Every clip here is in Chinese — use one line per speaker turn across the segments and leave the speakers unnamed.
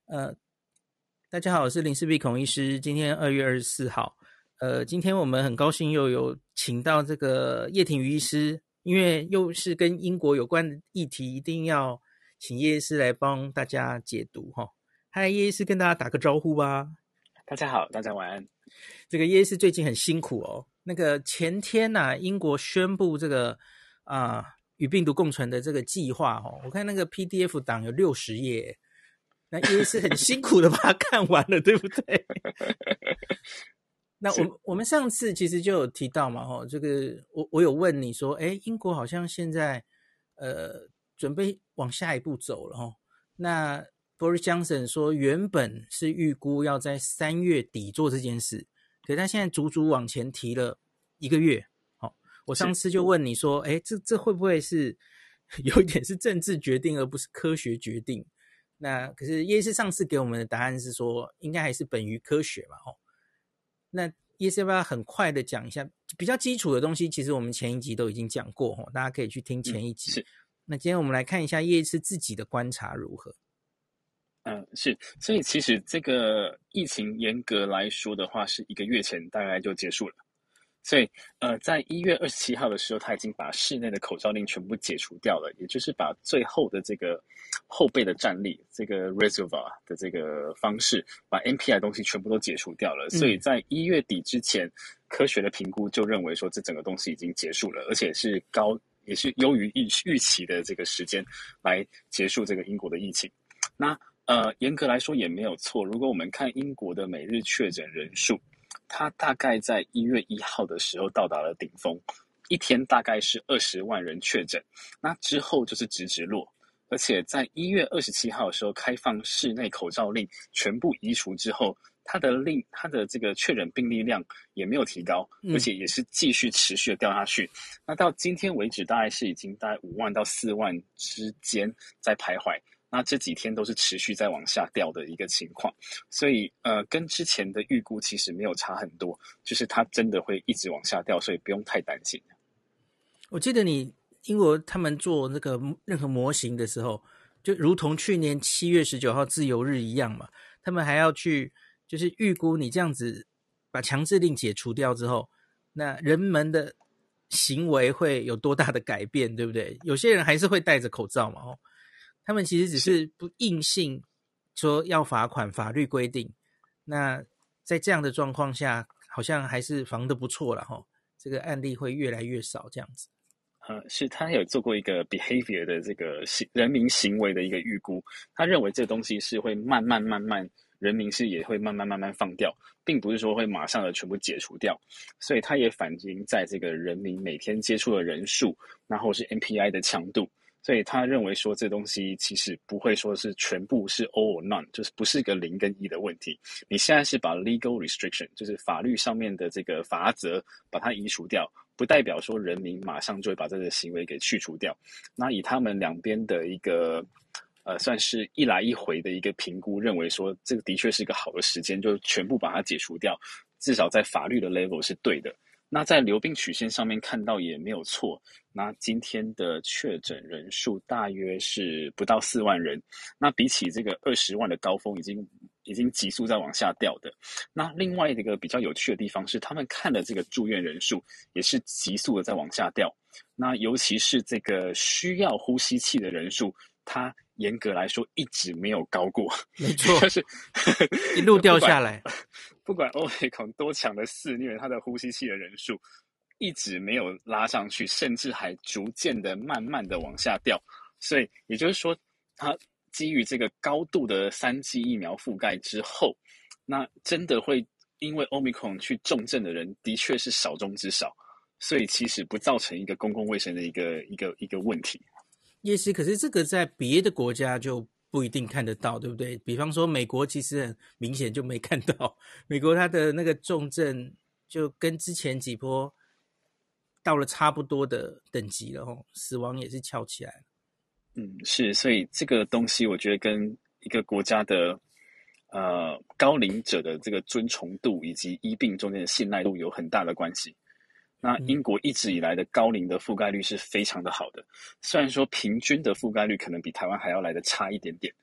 呃，大家好，我是林氏璧孔医师。今天2月24号，今天我们很高兴又有请到这个叶挺瑜医师，因为又是跟英国有关的议题，一定要请叶医师来帮大家解读哈。嗨，叶医师跟大家打个招呼吧。
大家好，大家晚安。
这个叶医师最近很辛苦哦。那个前天英国宣布这个与病毒共存的这个计划哦，我看那个 PDF 档有60页。那叶医师很辛苦的把它看完了，对不对？那我们上次其实就有提到嘛，这个我有问你说，英国好像现在准备往下一步走了那 Boris Johnson 说原本是预估要在3月底做这件事，可是他现在足足往前提了1个月。我上次就问你说，这会不会是有一点是政治决定而不是科学决定？那可是叶医师上次给我们的答案是说应该还是本于科学嘛那叶医师要不要很快的讲一下比较基础的东西？其实我们前一集都已经讲过大家可以去听前一集。
是。
那今天我们来看一下叶医师自己的观察如何。
是，所以其实这个疫情严格来说的话是1个月前大概就结束了。所以在1月27号的时候，他已经把室内的口罩令全部解除掉了，也就是把最后的这个后备的战力，这个 reservoir 的这个方式，把 NPI 的东西全部都解除掉了。所以在1月底之前，科学的评估就认为说这整个东西已经结束了，而且是也是优于预期的这个时间来结束这个英国的疫情。那严格来说也没有错，如果我们看英国的每日确诊人数，它大概在1月1号的时候到达了顶峰，一天大概是20万人确诊，那之后就是直落，而且在1月27号的时候开放室内口罩令全部移除之后，它的这个确诊病例量也没有提高，而且也是继续持续的掉下去。那到今天为止，大概是已经大概5万到4万之间在徘徊。那这几天都是持续在往下掉的一个情况，所以跟之前的预估其实没有差很多，就是它真的会一直往下掉，所以不用太担心。
我记得你英国他们做那个任何模型的时候，就如同去年7月19号自由日一样嘛，他们还要去就是预估你这样子把强制令解除掉之后，那人们的行为会有多大的改变，对不对？有些人还是会戴着口罩嘛他们其实只是不硬性说要罚款，法律规定。那在这样的状况下，好像还是防得不错了这个案例会越来越少这样子。
是他有做过一个 behavior 的这个人民行为的一个预估，他认为这个东西是会慢慢人民是也会慢慢放掉，并不是说会马上的全部解除掉，所以他也反映在这个人民每天接触的人数，然后是 NPI 的强度。所以他认为说这东西其实不会说是全部是 all or none， 就是不是一个0跟1的问题。你现在是把 legal restriction， 就是法律上面的这个罚则把它移除掉，不代表说人民马上就会把这个行为给去除掉。那以他们两边的一个算是一来一回的一个评估，认为说这个的确是一个好的时间，就全部把它解除掉，至少在法律的 level 是对的。那在流病曲线上面看到也没有错，那今天的确诊人数大约是不到4万人，那比起这个20万的高峰已经急速在往下掉的。那另外一个比较有趣的地方是，他们看的这个住院人数也是急速的在往下掉，那尤其是这个需要呼吸器的人数，它严格来说一直没有高过，
没错，
就是
一路掉下来。
不管Omicron多强的肆虐，它的呼吸器的人数一直没有拉上去，甚至还逐渐的慢慢的往下掉。所以也就是说，它基于这个高度的3剂疫苗覆盖之后，那真的会因为 Omicron 去重症的人的确是少中之少，所以其实不造成一个公共卫生的一个问题。
叶师，可是这个在别的国家就不一定看得到，对不对？比方说美国其实很明显就没看到，美国它的那个重症就跟之前几波到了差不多的等级了死亡也是翘起来了。
是，所以这个东西我觉得跟一个国家的高龄者的这个尊崇度以及医病中间的信赖度有很大的关系。那英国一直以来的高龄的覆盖率是非常的好的，虽然说平均的覆盖率可能比台湾还要来的差一点点，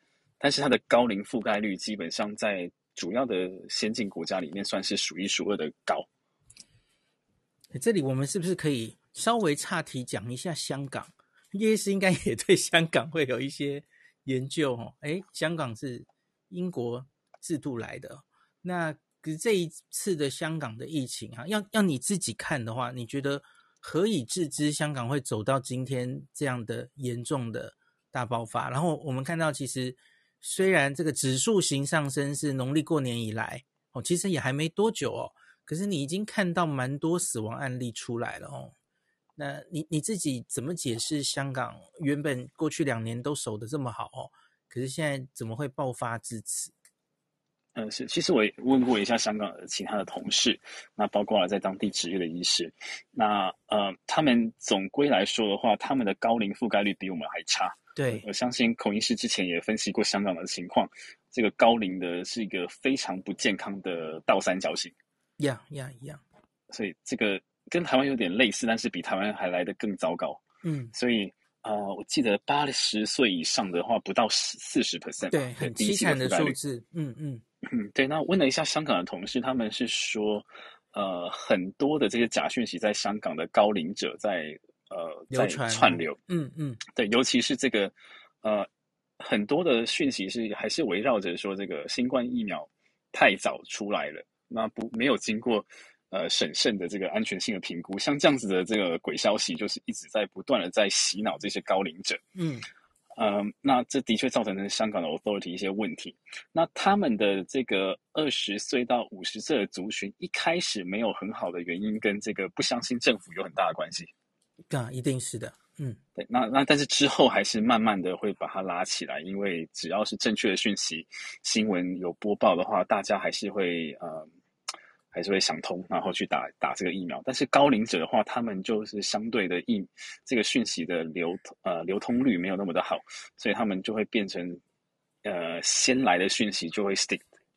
但是它的高龄覆盖率基本上在主要的先进国家里面算是数一数二的高。
这里我们是不是可以稍微岔题讲一下香港？叶医师应该也对香港会有一些研究哦。香港是英国制度来的，那可是这一次的香港的疫情啊，要你自己看的话，你觉得何以致知香港会走到今天这样的严重的大爆发？然后我们看到，其实虽然这个指数型上升是农历过年以来哦，其实也还没多久哦，可是你已经看到蛮多死亡案例出来了哦。那你自己怎么解释香港原本过去2年都守得这么好哦，可是现在怎么会爆发至此？
是，其实我也问过一下香港的其他的同事，那包括了在当地执业的医师，那他们总归来说的话，他们的高龄覆盖率比我们还差。
对，
我相信孔医师之前也分析过香港的情况，这个高龄的是一个非常不健康的倒三角形。
一样，
所以这个跟台湾有点类似，但是比台湾还来得更糟糕。所以我记得80岁以上的话不到40%，
对，很凄惨的数字。
对。那问了一下香港的同事，他们是说，很多的这些假讯息在香港的高龄者在串流。对，尤其是这个很多的讯息还是围绕着说这个新冠疫苗太早出来了，那没有经过审慎的这个安全性的评估，像这样子的这个鬼消息，就是一直在不断的在洗脑这些高龄者。那这的确造成了香港的 authority 一些问题。那他们的这个20岁到50岁的族群，一开始没有很好的原因，跟这个不相信政府有很大的关系。
一定是的。
对，那但是之后还是慢慢的会把它拉起来，因为只要是正确的讯息，新闻有播报的话，大家还是会想通，然后去打这个疫苗。但是高龄者的话，他们就是相对的这个讯息的流通率没有那么的好，所以他们就会变成先来的讯息就会 stick，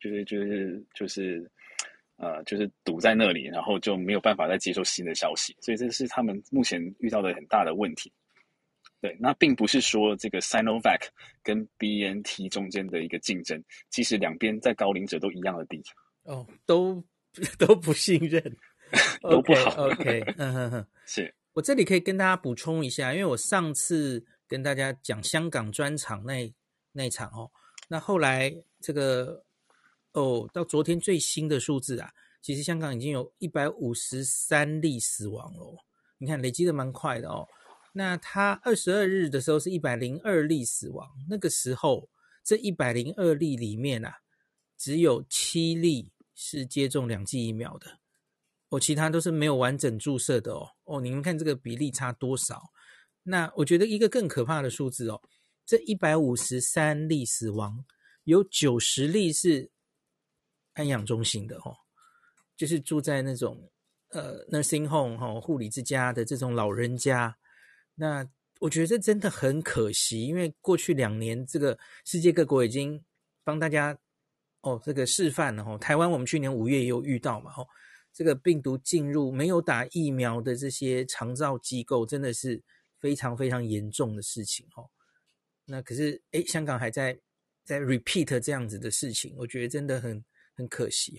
就是堵在那里，然后就没有办法再接受新的消息，所以这是他们目前遇到的很大的问题。对，那并不是说这个 Sinovac 跟 BNT 中间的一个竞争，其实两边在高龄者都一样的低。
都不信任，
都不好。
OK，
是
我这里可以跟大家补充一下，因为我上次跟大家讲香港专场那一场哦，那后来这个到昨天最新的数字啊，其实香港已经有153例死亡了，你看累积的蛮快的哦。那他22日的时候是102例死亡，那个时候这102例里面啊，只有7例是接种2剂疫苗的，其他都是没有完整注射的哦。你们看这个比例差多少？那我觉得一个更可怕的数字哦，这153例死亡，有90例是安养中心的哦，就是住在那种nursing home 护理之家的这种老人家。那我觉得这真的很可惜，因为过去2年这个世界各国已经帮大家这个示范了台湾我们去年5月也有遇到嘛这个病毒进入没有打疫苗的这些长照机构，真的是非常非常严重的事情那可是香港还在 repeat 这样子的事情，我觉得真的很可惜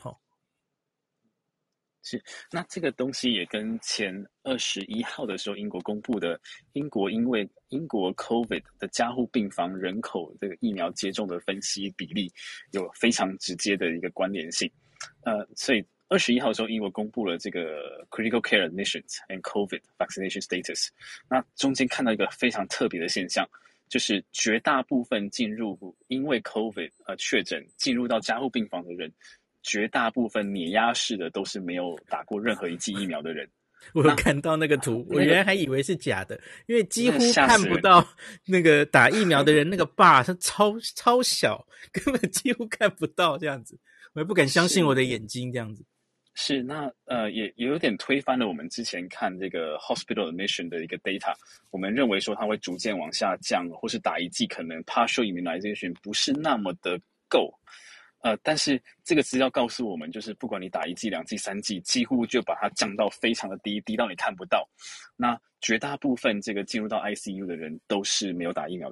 是，那这个东西也跟前21号的时候英国公布的因为英国 COVID 的加护病房人口这个疫苗接种的分析比例有非常直接的一个关联性。所以21号的时候英国公布了这个 Critical Care Admissions and COVID Vaccination Status， 那中间看到一个非常特别的现象，就是绝大部分因为 COVID 确诊进入到加护病房的人，绝大部分碾压式的都是没有打过任何一剂疫苗的人。
我有看到那个图，我原来还以为是假的，因为几乎看不到那个打疫苗的人那个 bar 是超小，根本几乎看不到这样子，我也不敢相信我的眼睛这样子。
是，那也有点推翻了我们之前看这个 hospital admission 的一个 data， 我们认为说它会逐渐往下降，或是打一剂可能 partial immunization 不是那么的够。但是这个资料告诉我们，就是不管你打1剂、2剂、3剂，几乎就把它降到非常的低，低到你看不到。那绝大部分这个进入到 ICU 的人都是没有打疫苗的人。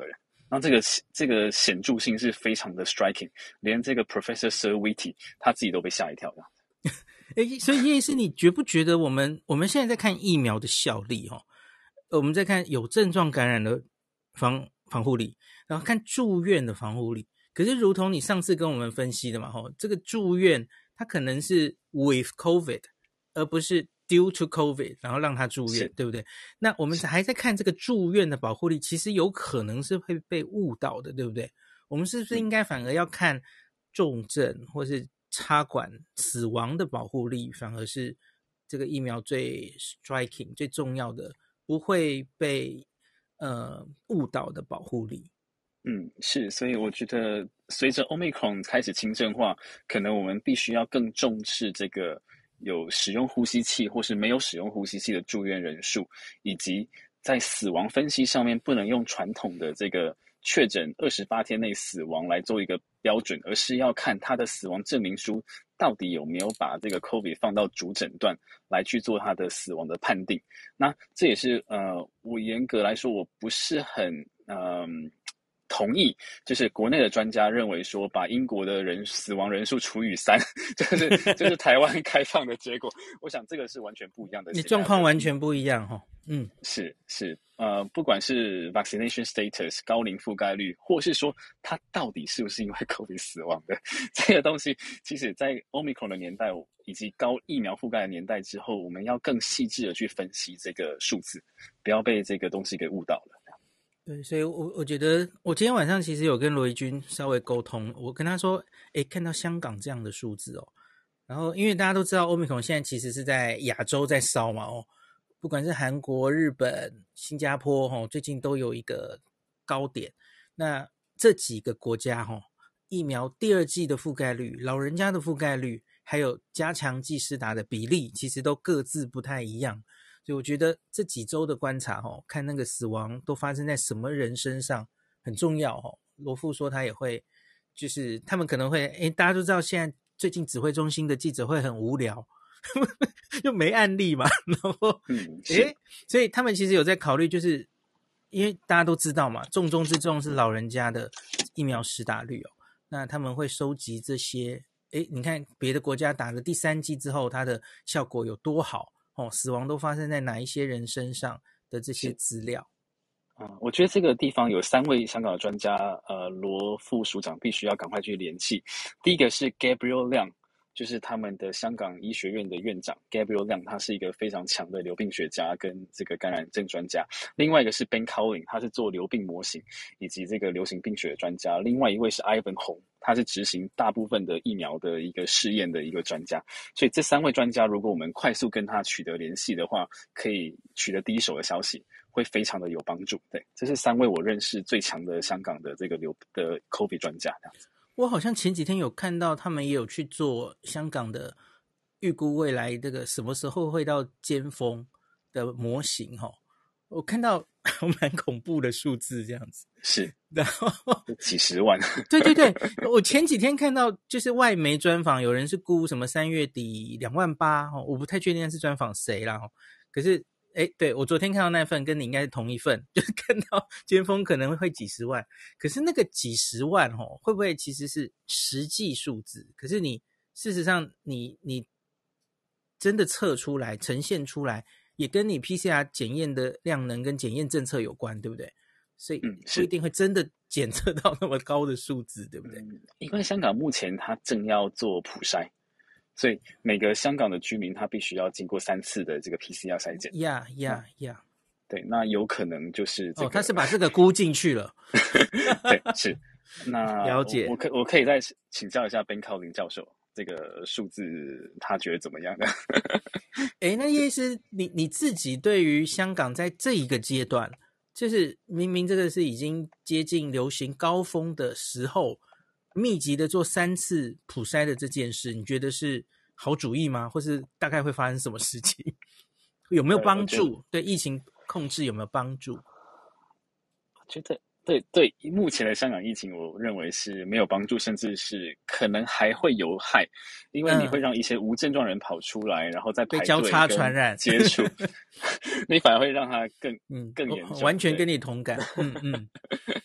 然后这个显著性是非常的 striking， 连这个 Professor Sir Whitty 他自己都被吓一跳的。
所以叶医师，你觉不觉得我们现在在看疫苗的效力我们在看有症状感染的防护力，然后看住院的防护力。可是如同你上次跟我们分析的嘛，这个住院它可能是 with COVID 而不是 due to COVID 然后让他住院，对不对？那我们还在看这个住院的保护力，其实有可能是会被误导的，对不对？我们是不是应该反而要看重症或是插管死亡的保护力，反而是这个疫苗最 striking 最重要的，不会被误导的保护力？
是，所以我觉得随着 Omicron 开始轻症化，可能我们必须要更重视这个有使用呼吸器或是没有使用呼吸器的住院人数，以及在死亡分析上面不能用传统的这个确诊28天内死亡来做一个标准，而是要看他的死亡证明书到底有没有把这个 COVID 放到主诊断来去做他的死亡的判定。那这也是我严格来说我不是很同意，就是国内的专家认为说，把英国的死亡人数除以3，就是台湾开放的结果。我想这个是完全不一样的。
你状况完全不一样
是，不管是 vaccination status 高龄覆盖率，或是说它到底是不是因为 COVID 死亡的这个东西，其实在 Omicron 的年代以及高疫苗覆盖的年代之后，我们要更细致的去分析这个数字，不要被这个东西给误导了。
对，所以我觉得我今天晚上其实有跟罗怡君稍微沟通，我跟他说，看到香港这样的数字然后因为大家都知道 Omicron 现在其实是在亚洲在烧嘛不管是韩国、日本、新加坡最近都有一个高点。那这几个国家疫苗第2剂的覆盖率、老人家的覆盖率，还有加强剂施打的比例，其实都各自不太一样。所以我觉得这几周的观察看那个死亡都发生在什么人身上很重要罗副说他也会，就是他们可能会大家都知道现在最近指挥中心的记者会很无聊就没案例嘛，然后所以他们其实有在考虑，就是因为大家都知道嘛，重中之重是老人家的疫苗施打率那他们会收集这些你看别的国家打了第3剂之后它的效果有多好死亡都发生在哪一些人身上的这些资料。
我觉得这个地方有3位香港的专家，罗副署长必须要赶快去联系。第一个是 Gabriel Liang， 就是他们的香港医学院的院长 Gabriel Liang， 他是一个非常强的流病学家跟这个感染症专家。另外一个是 Ben Cowling， 他是做流病模型以及这个流行病学的专家。另外一位是 Ivan Hong， 他是执行大部分的疫苗的一个试验的一个专家。所以这3位专家，如果我们快速跟他取得联系的话，可以取得第一手的消息，会非常的有帮助。对，这是3位我认识最强的香港的这个的 COVID 专家这样子。
我好像前几天有看到他们也有去做香港的预估未来这个什么时候会到尖峰的模型我看到蛮恐怖的数字这样子。
是，
然后
几十万。
对对对，我前几天看到就是外媒专访，有人是估什么3月底28000我不太确定是专访谁啦可是对，我昨天看到那份跟你应该是同一份，就是看到尖峰可能会几十万，可是那个几十万会不会其实是实际数字？可是你事实上你真的测出来呈现出来，也跟你 PCR 检验的量能跟检验政策有关，对不对？所以不一定会真的检测到那么高的数字，对不对？
因为香港目前它正要做普筛，所以每个香港的居民他必须要经过3次的这个 PCR 筛检。对，那有可能就是
他是把这个估进去了。
对，是。那
了解。
我可以再请教一下 Ben Cowling 教授，这个数字他觉得怎么样呢？
那叶医师，你自己对于香港在这一个阶段，就是明明这个是已经接近流行高峰的时候，密集的做3次普筛的这件事，你觉得是好主意吗？或是大概会发生什么事情？有没有帮助？对疫情控制有没有帮助？
我觉得对，目前的香港疫情，我认为是没有帮助，甚至是可能还会有害，因为你会让一些无症状人跑出来，然后再排队
交叉传染
接触，你反而会让他更严重。
完全跟你同感。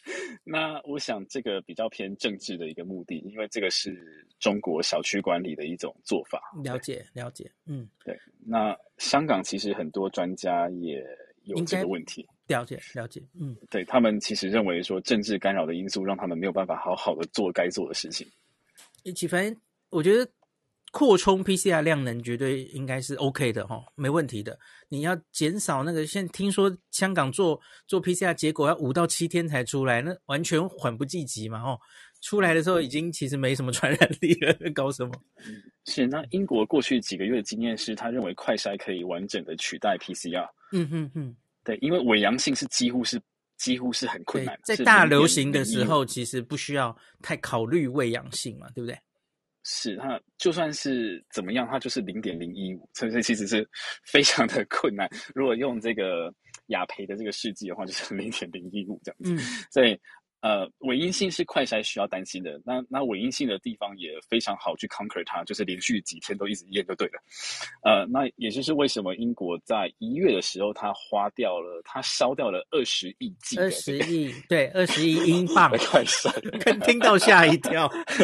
那我想这个比较偏政治的一个目的，因为这个是中国小区管理的一种做法。
了解了解，
对。那香港其实很多专家也有这个问题，
了解了解，
对，他们其实认为说政治干扰的因素让他们没有办法好好的做该做的事情。
反正我觉得扩充 PCR 量能绝对应该是 OK 的没问题的。你要减少那个，现在听说香港做 PCR 结果要5到7天才出来，那完全缓不济急嘛出来的时候已经其实没什么传染力了，搞什么？
是，那英国过去几个月的经验是，他认为快筛可以完整的取代 PCR。对，因为伪阳性是几乎是很困难，
在大流行的时候，其实不需要太考虑伪阳性嘛，对不对？
是，它就算是怎么样，它就是0.015，所以其实是非常的困难。如果用这个雅培的这个试剂的话，就是0.015这样子。所以伪阴性是快筛需要担心的。那伪阴性的地方也非常好去 conquer 它，就是连续几天都一直验就对了。那也就是为什么英国在1月的时候，它烧掉了20亿剂的
20亿，对，20亿英镑
快筛，
听到吓一跳。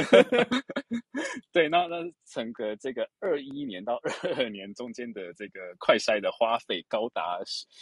对，那整个这个21年到22年中间的这个快筛的花费高达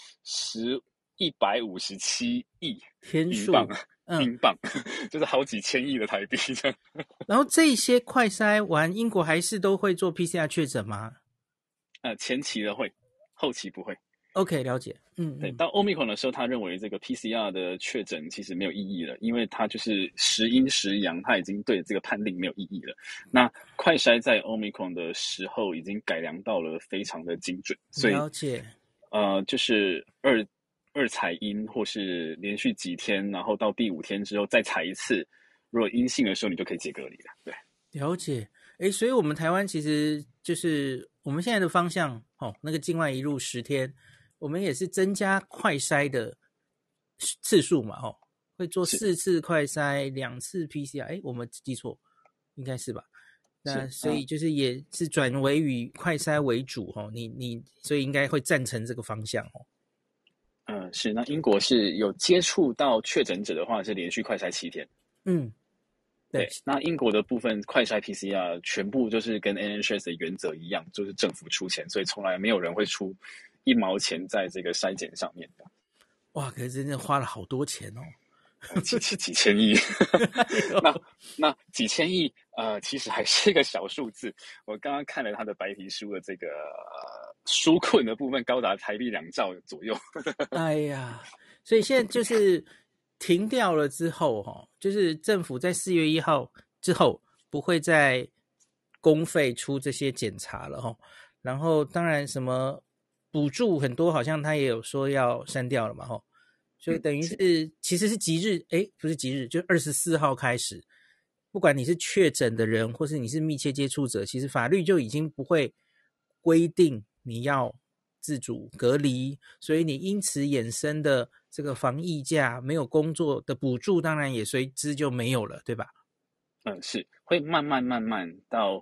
157亿英镑，就是好几千亿的台币这样。
然后这些快筛完，英国还是都会做 PCR 确诊吗？
前期的会，后期不会。
OK， 了解。
对，到 Omicron 的时候，他认为这个 PCR 的确诊其实没有意义了，因为它就是时阴时阳，他已经对这个判定没有意义了。那快筛在 Omicron 的时候已经改良到了非常的精准，所以
了解。
就是二采阴，或是连续几天，然后到第5天之后再采一次，如果阴性的时候，你就可以解隔离了。对，
了解。所以我们台湾其实就是我们现在的方向那个境外一入10天。我们也是增加快筛的次数嘛，会做4次快筛，2次 PCR。我们记错，应该是吧？那所以就是也是转为以快筛为主你所以应该会赞成这个方向
是。那英国是有接触到确诊者的话，是连续快筛7天。对。那英国的部分快筛 PCR 全部就是跟 NHS 的原则一样，就是政府出钱，所以从来没有人会出1毛钱在这个筛检上面的。
哇，可是真的花了好多钱
几千亿。那几千亿其实还是一个小数字。我刚刚看了他的白皮书的这个纾困的部分，高达台币2兆左右。
哎呀，所以现在就是停掉了之后就是政府在4月1号之后不会再公费出这些检查了然后当然什么补助很多好像他也有说要删掉了嘛所以等于是其实是即日不是即日，就24号开始，不管你是确诊的人或是你是密切接触者，其实法律就已经不会规定你要自主隔离，所以你因此衍生的这个防疫假没有工作的补助当然也随之就没有了，对吧？
是会慢慢到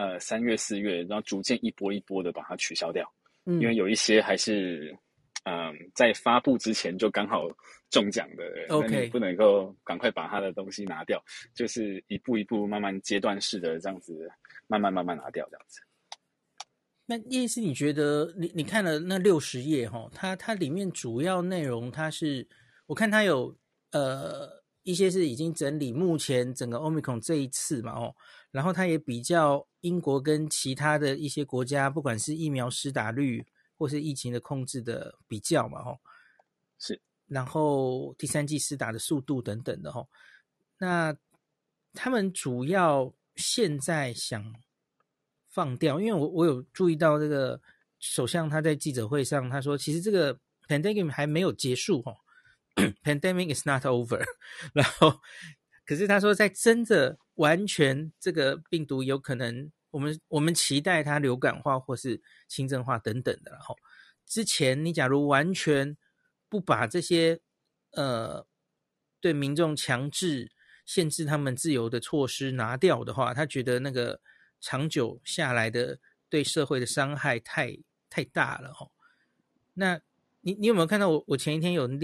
3月4月，然后逐渐一波一波的把它取消掉。因为有一些还是在发布之前就刚好中奖的人，那你不能够赶快把他的东西拿掉，就是一步一步慢慢阶段式的这样子慢慢拿掉这样子。
那叶师，你觉得你看了那60页它里面主要内容，它是我看它有一些是已经整理目前整个 Omicron 这一次嘛然后它也比较英国跟其他的一些国家，不管是疫苗施打率或是疫情的控制的比较嘛
是。
然后第3剂施打的速度等等的那他们主要现在想放掉，因为我有注意到这个首相他在记者会上他说，其实这个 pandemic 还没有结束pandemic is not over 然后可是他说在真的完全这个病毒有可能我们期待它流感化或是轻症化等等的之前你假如完全不把这些对民众强制限制他们自由的措施拿掉的话，他觉得那个长久下来的对社会的伤害太大了那你有没有看到我前一天有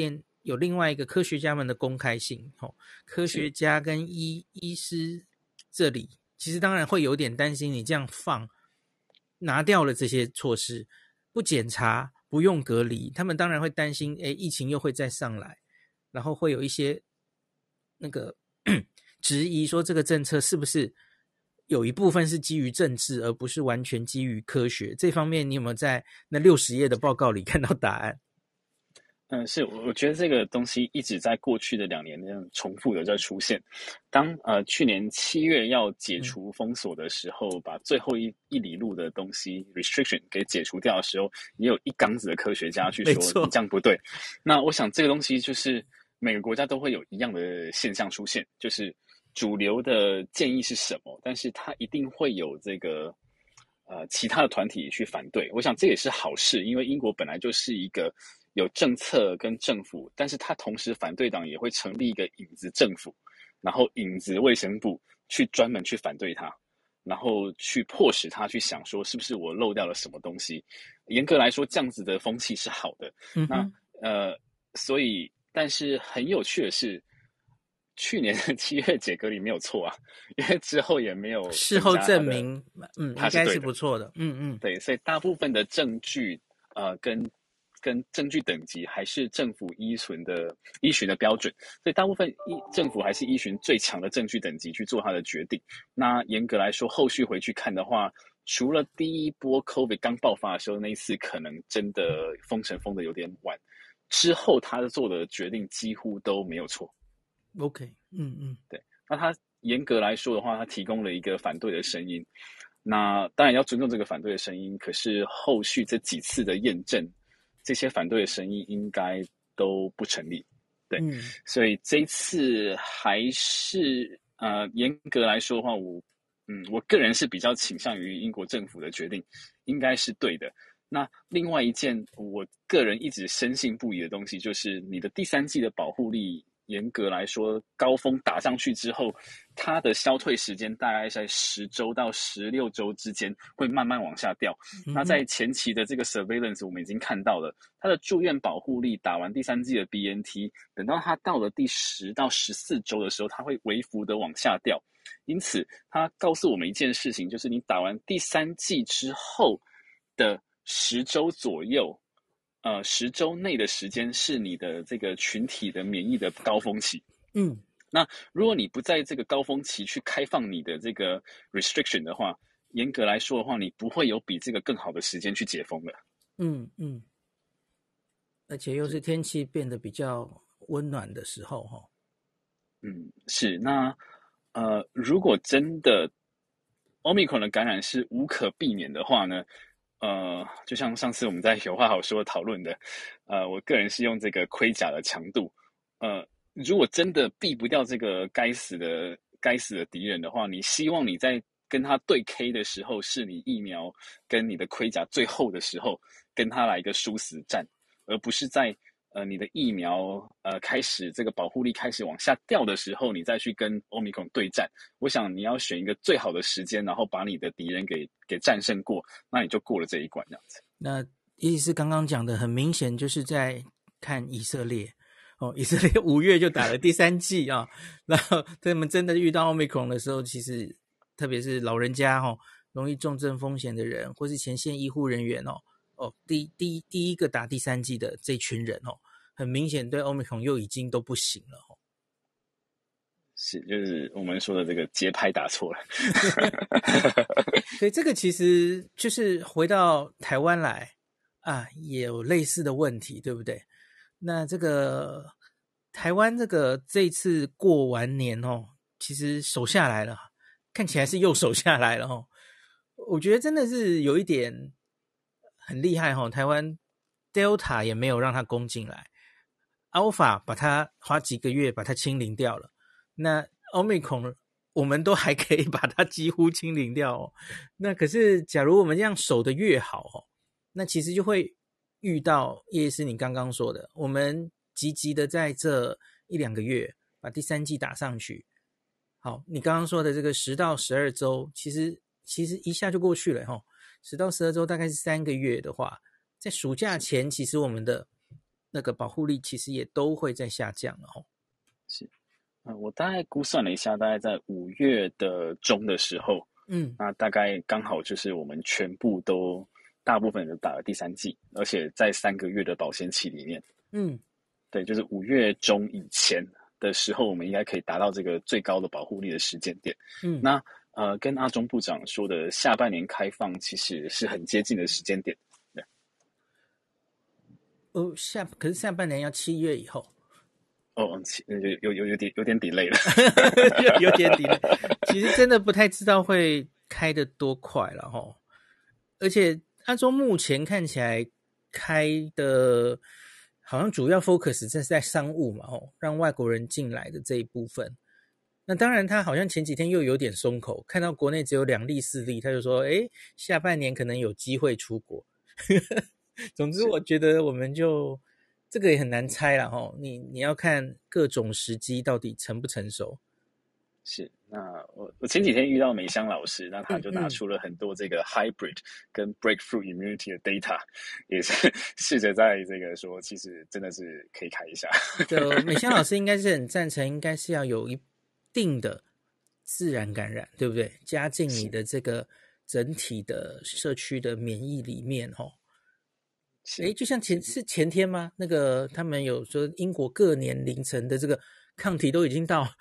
有另外一个科学家们的公开性，科学家跟医师这里其实当然会有点担心，你这样拿掉了这些措施，不检查不用隔离，他们当然会担心疫情又会再上来，然后会有一些那个质疑说这个政策是不是有一部分是基于政治而不是完全基于科学，这方面你有没有在那60页的报告里看到答案？
是，我觉得这个东西一直在过去的2年那样重复的在出现。当去年7月要解除封锁的时候，把最后一里路的东西 restriction 给解除掉的时候，也有一缸子的科学家去说你这样不对。那我想这个东西就是每个国家都会有一样的现象出现，就是主流的建议是什么，但是它一定会有这个其他的团体去反对。我想这也是好事，因为英国本来就是一个有政策跟政府，但是他同时反对党也会成立一个影子政府，然后影子卫生部去专门去反对他，然后去迫使他去想说是不是我漏掉了什么东西。严格来说，这样子的风气是好的。那所以，但是很有趣的是，去年的7月解隔离没有错啊，因为之后也没有
事后证明，应该是不错的。
对，所以大部分的证据，跟证据等级还是政府依循的标准，所以大部分政府还是依循最强的证据等级去做它的决定。那严格来说，后续回去看的话，除了第一波 COVID 刚爆发的时候那一次可能真的封城封的有点晚，之后他做的决定几乎都没有错。
OK，
对，那他严格来说的话，他提供了一个反对的声音。那当然要尊重这个反对的声音，可是后续这几次的验证，这些反对的声音应该都不成立。对，所以这一次还是严格来说的话，我个人是比较倾向于英国政府的决定，应该是对的。那另外一件我个人一直深信不疑的东西，就是你的第3剂的保护力，严格来说，高峰打上去之后，它的消退时间大概在10周到16周之间，会慢慢往下掉。那在前期的这个 surveillance， 我们已经看到了，它的住院保护力打完第3剂的 BNT， 等到它到了第10到14周的时候，它会微幅的往下掉。因此，它告诉我们一件事情，就是你打完第3剂之后的10周左右，10周内的时间是你的这个群体的免疫的高峰期。那如果你不在这个高峰期去开放你的这个 restriction 的话，严格来说的话，你不会有比这个更好的时间去解封的。
而且又是天气变得比较温暖的时候，
是。那如果真的 Omicron 的感染是无可避免的话呢？就像上次我们在有话好说讨论的，我个人是用这个盔甲的强度。如果真的避不掉这个该死的敌人的话，你希望你在跟他对 K 的时候，是你疫苗跟你的盔甲最后的时候，跟他来一个殊死战，而不是在你的疫苗开始这个保护力开始往下掉的时候，你再去跟 Omicron 对战。我想你要选一个最好的时间，然后把你的敌人给战胜过，那你就过了这一关这样子。
那意思刚刚讲的很明显就是在看以色列。以色列5月就打了第3剂啊，然後他们真的遇到 Omicron 的时候，其实特别是老人家容易重症风险的人，或是前线医护人员第一个打第3剂的这群人很明显对 Omicron 又已经都不行了
是，就是我们说的这个节拍打错了。
所以这个其实就是回到台湾来啊，也有类似的问题，对不对？那这个台湾这一次过完年其实守下来了，看起来是又守下来了我觉得真的是有一点很厉害台湾 Delta 也没有让它攻进来， Alpha 把它花几个月把它清零掉了，那 Omicron 我们都还可以把它几乎清零掉那可是假如我们这样守得越好那其实就会遇到叶师你刚刚说的，我们积极的在这1-2个月把第3剂打上去。好，你刚刚说的这个10到12周，其实一下就过去了10到12周大概是3个月的话，在暑假前其实我们的那个保护力其实也都会在下降了哦。
是，我大概估算了一下，大概在5月的中的时候，那大概刚好就是我们全部都大部分人都打了第3剂，而且在3个月的保鲜期里面，对，就是5月中以前的时候，我们应该可以达到这个最高的保护力的时间点。那跟阿中部长说的下半年开放其实是很接近的时间点。对，
可是下半年要7月以后。
有点 delay 了，
有点 delay。其实真的不太知道会开得多快了齁。而且阿中目前看起来开的好像主要 focus 是在商务嘛齁，让外国人进来的这一部分。那当然他好像前几天又有点松口，看到国内只有2例4例，他就说下半年可能有机会出国。总之我觉得我们就这个也很难猜啦齁，你要看各种时机到底成不成熟。
是，那我前几天遇到美香老师，那他就拿出了很多这个 hybrid 跟 breakthrough immunity 的 data， 也是试着在这个说，其实真的是可以看一下。
就美香老师应该是很赞成，应该是要有一定的自然感染，对不对？加进你的这个整体的社区的免疫里面齁。就像前天吗？那个他们有说英国各年龄层的这个抗体都已经到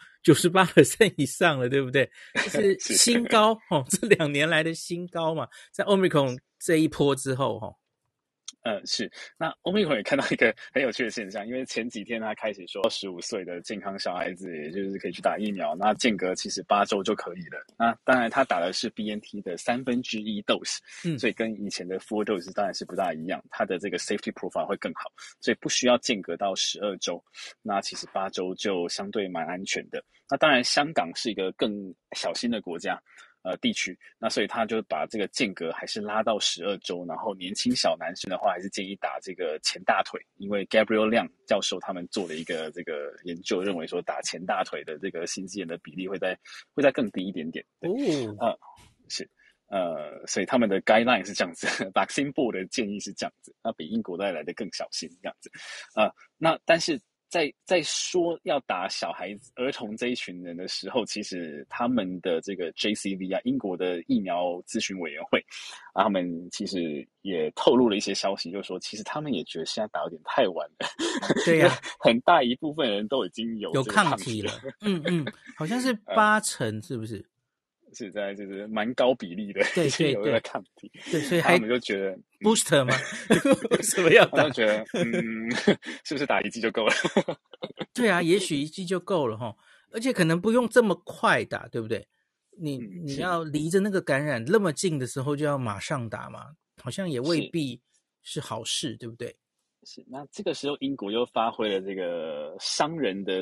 98% 以上了，对不对？这是新高这2年来的新高嘛，在 Omicron 这一波之后
是。那 Omicron 也看到一个很有趣的现象，因为前几天他开始说15岁的健康小孩子，也就是可以去打疫苗，那间隔其实8周就可以了。那当然他打的是 BNT 的1/3 dose，所以跟以前的4 dose 当然是不大一样，它的这个 safety profile 会更好，所以不需要间隔到12周，那其实8周就相对蛮安全的。那当然香港是一个更小心的国家。地区，那所以他就把这个间隔还是拉到12周，然后年轻小男生的话，还是建议打这个前大腿，因为 Gabriel Liang 教授他们做了一个这个研究，认为说打前大腿的这个心肌炎的比例会再更低一点点。是。所以他们的 guideline 是这样子，Vaccine Board 的建议是这样子，那比英国来的更小心这样子。那但是在说要打小孩子、儿童这一群人的时候，其实他们的这个 JCV 英国的疫苗咨询委员会他们其实也透露了一些消息，就是说其实他们也觉得现在打有点太晚了。
对呀，
很大一部分人都已经有
抗体了。好像是80%，是不是？
是在就是蛮高比例的，
对，
有的抗体，
对，所以
他们就觉得
booster 吗？为什么要打？
他们觉得是不是打1剂就够了？
对啊，也许1剂就够了齁，而且可能不用这么快打，对不对？你要离着那个感染那么近的时候就要马上打嘛，好像也未必是好事，对不对？
是。那这个时候英国又发挥了这个商人的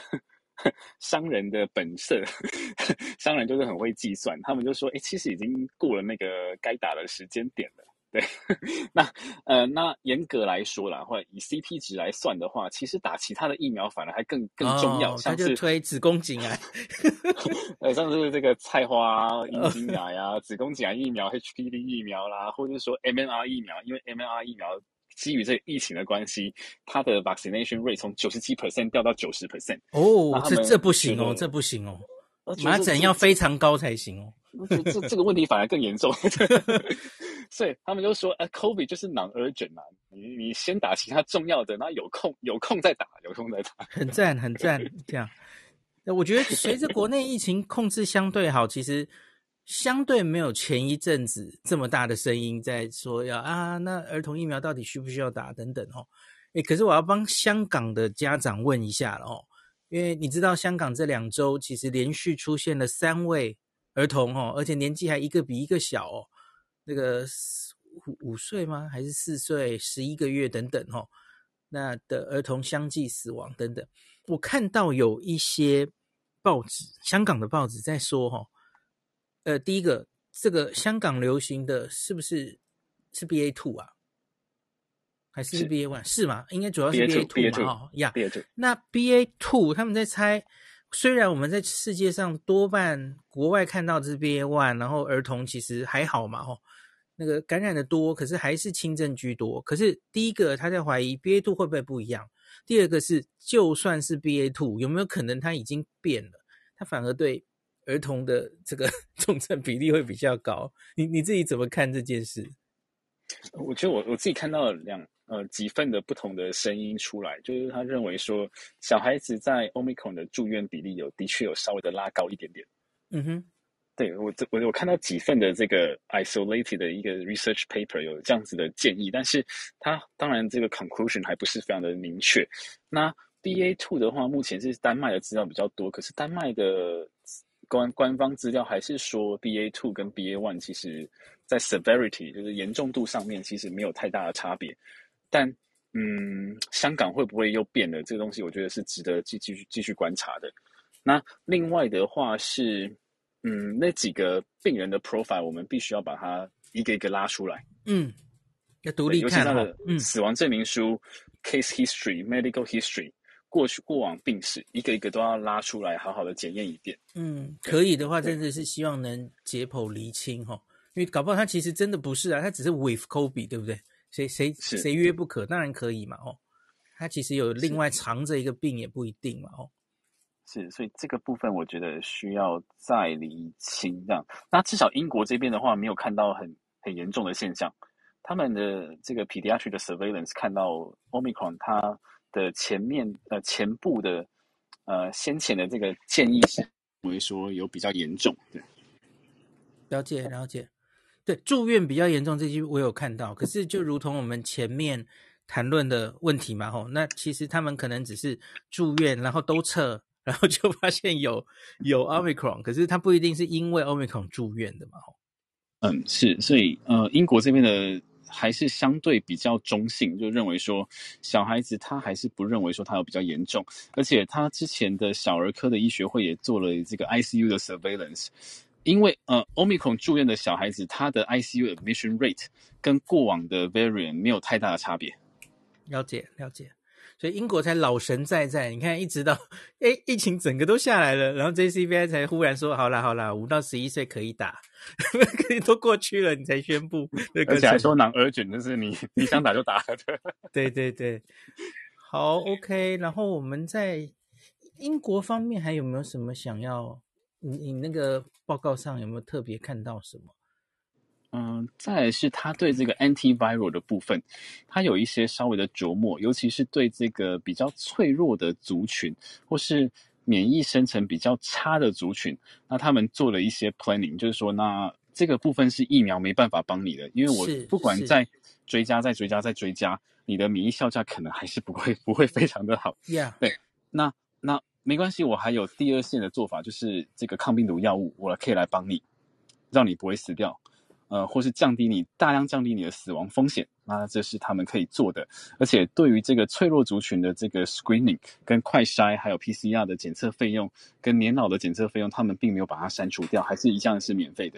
本色，商人就是很会计算，他们就说，其实已经过了那个该打的时间点了。对，那严格来说啦，或者以 CP 值来算的话，其实打其他的疫苗反而还更重要。
他就推子宫颈癌，
像是这个菜花、阴茎癌呀、子宫颈癌疫苗、HPV 疫苗啦，或者是说 MMR 疫苗，因为 MMR 疫苗基于这个疫情的关系，它的 vaccination rate 从97% 掉到90%。
这不行哦，这不行哦，麻疹要非常高才行哦。
我觉得这个问题反而更严重。所以他们就说COVID 就是 non-urgent 嘛，你先打其他重要的，然后有空再打，
很赞很赞。这样我觉得随着国内疫情控制相对好，其实相对没有前一阵子这么大的声音在说那儿童疫苗到底需不需要打等等可是我要帮香港的家长问一下了因为你知道香港这2周其实连续出现了3位儿童而且年纪还一个比一个小那个5岁吗？还是4岁、11个月等等那的儿童相继死亡等等。我看到有一些报纸，香港的报纸在说第一个，这个香港流行的是不是 BA2 啊？还是 BA1？ 是吗？应该主要是 BA2 嘛
BA2
那 BA2 他们在猜，虽然我们在世界上多半国外看到的是 BA1， 然后儿童其实还好嘛那个感染的多，可是还是轻症居多。可是第一个他在怀疑 BA.2 会不会不一样，第二个是就算是 BA.2 有没有可能它已经变了，它反而对儿童的这个重症比例会比较高。你自己怎么看这件事？
我觉得我自己看到了几份的不同的声音出来，就是他认为说小孩子在 Omicron 的住院比例的确有稍微的拉高一点点。
嗯哼，
对，我看到几份的这个 isolated 的一个 research paper 有这样子的建议，但是它当然这个 conclusion 还不是非常的明确。那 BA.2 的话，目前是丹麦的资料比较多，可是丹麦的官方资料还是说 BA.2 跟 BA.1 其实在 severity 就是严重度上面其实没有太大的差别。但香港会不会又变了？这个东西我觉得是值得继续观察的。那另外的话是，那几个病人的 profile 我们必须要把它一个一个拉出来。
要独立看
尤其是他的死亡证明书、case history、medical history、过往病史，一个一个都要拉出来，好好的检验一遍。
可以的话，真的是希望能解剖厘清哈，因为搞不好他其实真的不是啊，他只是 with COVID， 对不对？谁约不可？当然可以嘛，他其实有另外藏着一个病也不一定嘛，
是，所以这个部分我觉得需要再厘清这样。那至少英国这边的话，没有看到很严重的现象。他们的这个 pediatric 的 surveillance 看到 Omicron 它的前部的先前的这个建议是认为说有比较严重。对，
了解。对，住院比较严重这些我有看到，可是就如同我们前面谈论的问题嘛，那其实他们可能只是住院，然后都测，然后就发现有 Omicron， 可是他不一定是因为 Omicron 住院的嘛，
是，所以英国这边的还是相对比较中性，就认为说小孩子他还是不认为说他有比较严重，而且他之前的小儿科的医学会也做了这个 ICU 的 surveillance。因为Omicron 住院的小孩子，他的 ICU admission rate 跟过往的 variant 没有太大的差别。
了解，所以英国才老神在在，你看一直到疫情整个都下来了，然后 JCVI 才忽然说好啦5到11岁可以打，可以都过去了，你才宣布，
而且还说non-urgent，就是你想打就打的。
对，好 OK， 然后我们在英国方面还有没有什么想要？你那个报告上有没有特别看到什么？
再来是他对这个 antiviral 的部分，他有一些稍微的琢磨，尤其是对这个比较脆弱的族群，或是免疫生成比较差的族群，那他们做了一些 planning， 就是说，那这个部分是疫苗没办法帮你的，因为我不管再追加，你的免疫效价可能还是不会非常的好。对，那没关系，我还有第二线的做法，就是这个抗病毒药物，我可以来帮你，让你不会死掉，或是大量降低你的死亡风险。那这是他们可以做的，而且对于这个脆弱族群的这个 screening 跟快筛，还有 PCR 的检测费用跟年老的检测费用，他们并没有把它删除掉，还是一样是免费的。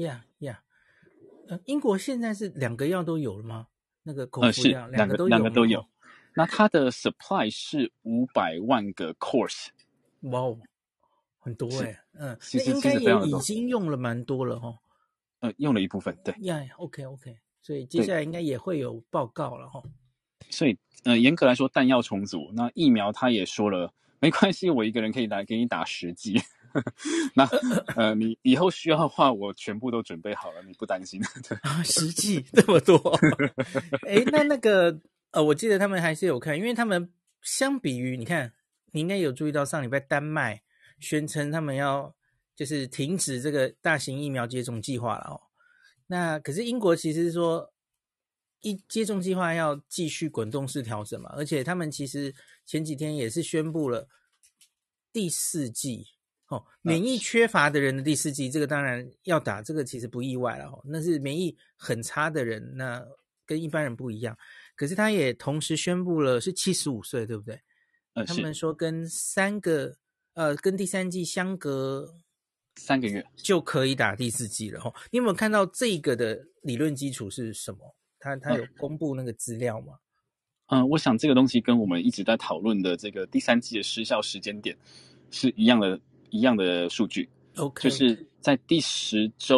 英国现在是2个药都有了吗？那个口服药，
是两个都有。那它的 supply 是500万个 course，
哇哦，很多
其实
那应该也已经用了蛮多了
用了一部分，对。
OK， 所以接下来应该也会有报告了
所以严格来说弹药充足，那疫苗他也说了没关系，我一个人可以来给你打10剂。那你以后需要的话，我全部都准备好了，你不担心。
10剂这么多。那个我记得他们还是有看，因为他们相比于你看，你应该有注意到上礼拜丹麦宣称他们要就是停止这个大型疫苗接种计划了那可是英国其实是说接种计划要继续滚动式调整嘛，而且他们其实前几天也是宣布了第4剂免疫缺乏的人的第4剂，这个当然要打，这个其实不意外了那是免疫很差的人，那跟一般人不一样。可是他也同时宣布了是75岁，对不对？他们说跟跟第3剂相隔
3个月
就可以打第4剂了你有没有看到这个的理论基础是什么？他有公布那个资料吗？
我想这个东西跟我们一直在讨论的这个第3剂的失效时间点是一样的数据。
OK，
就是在第10周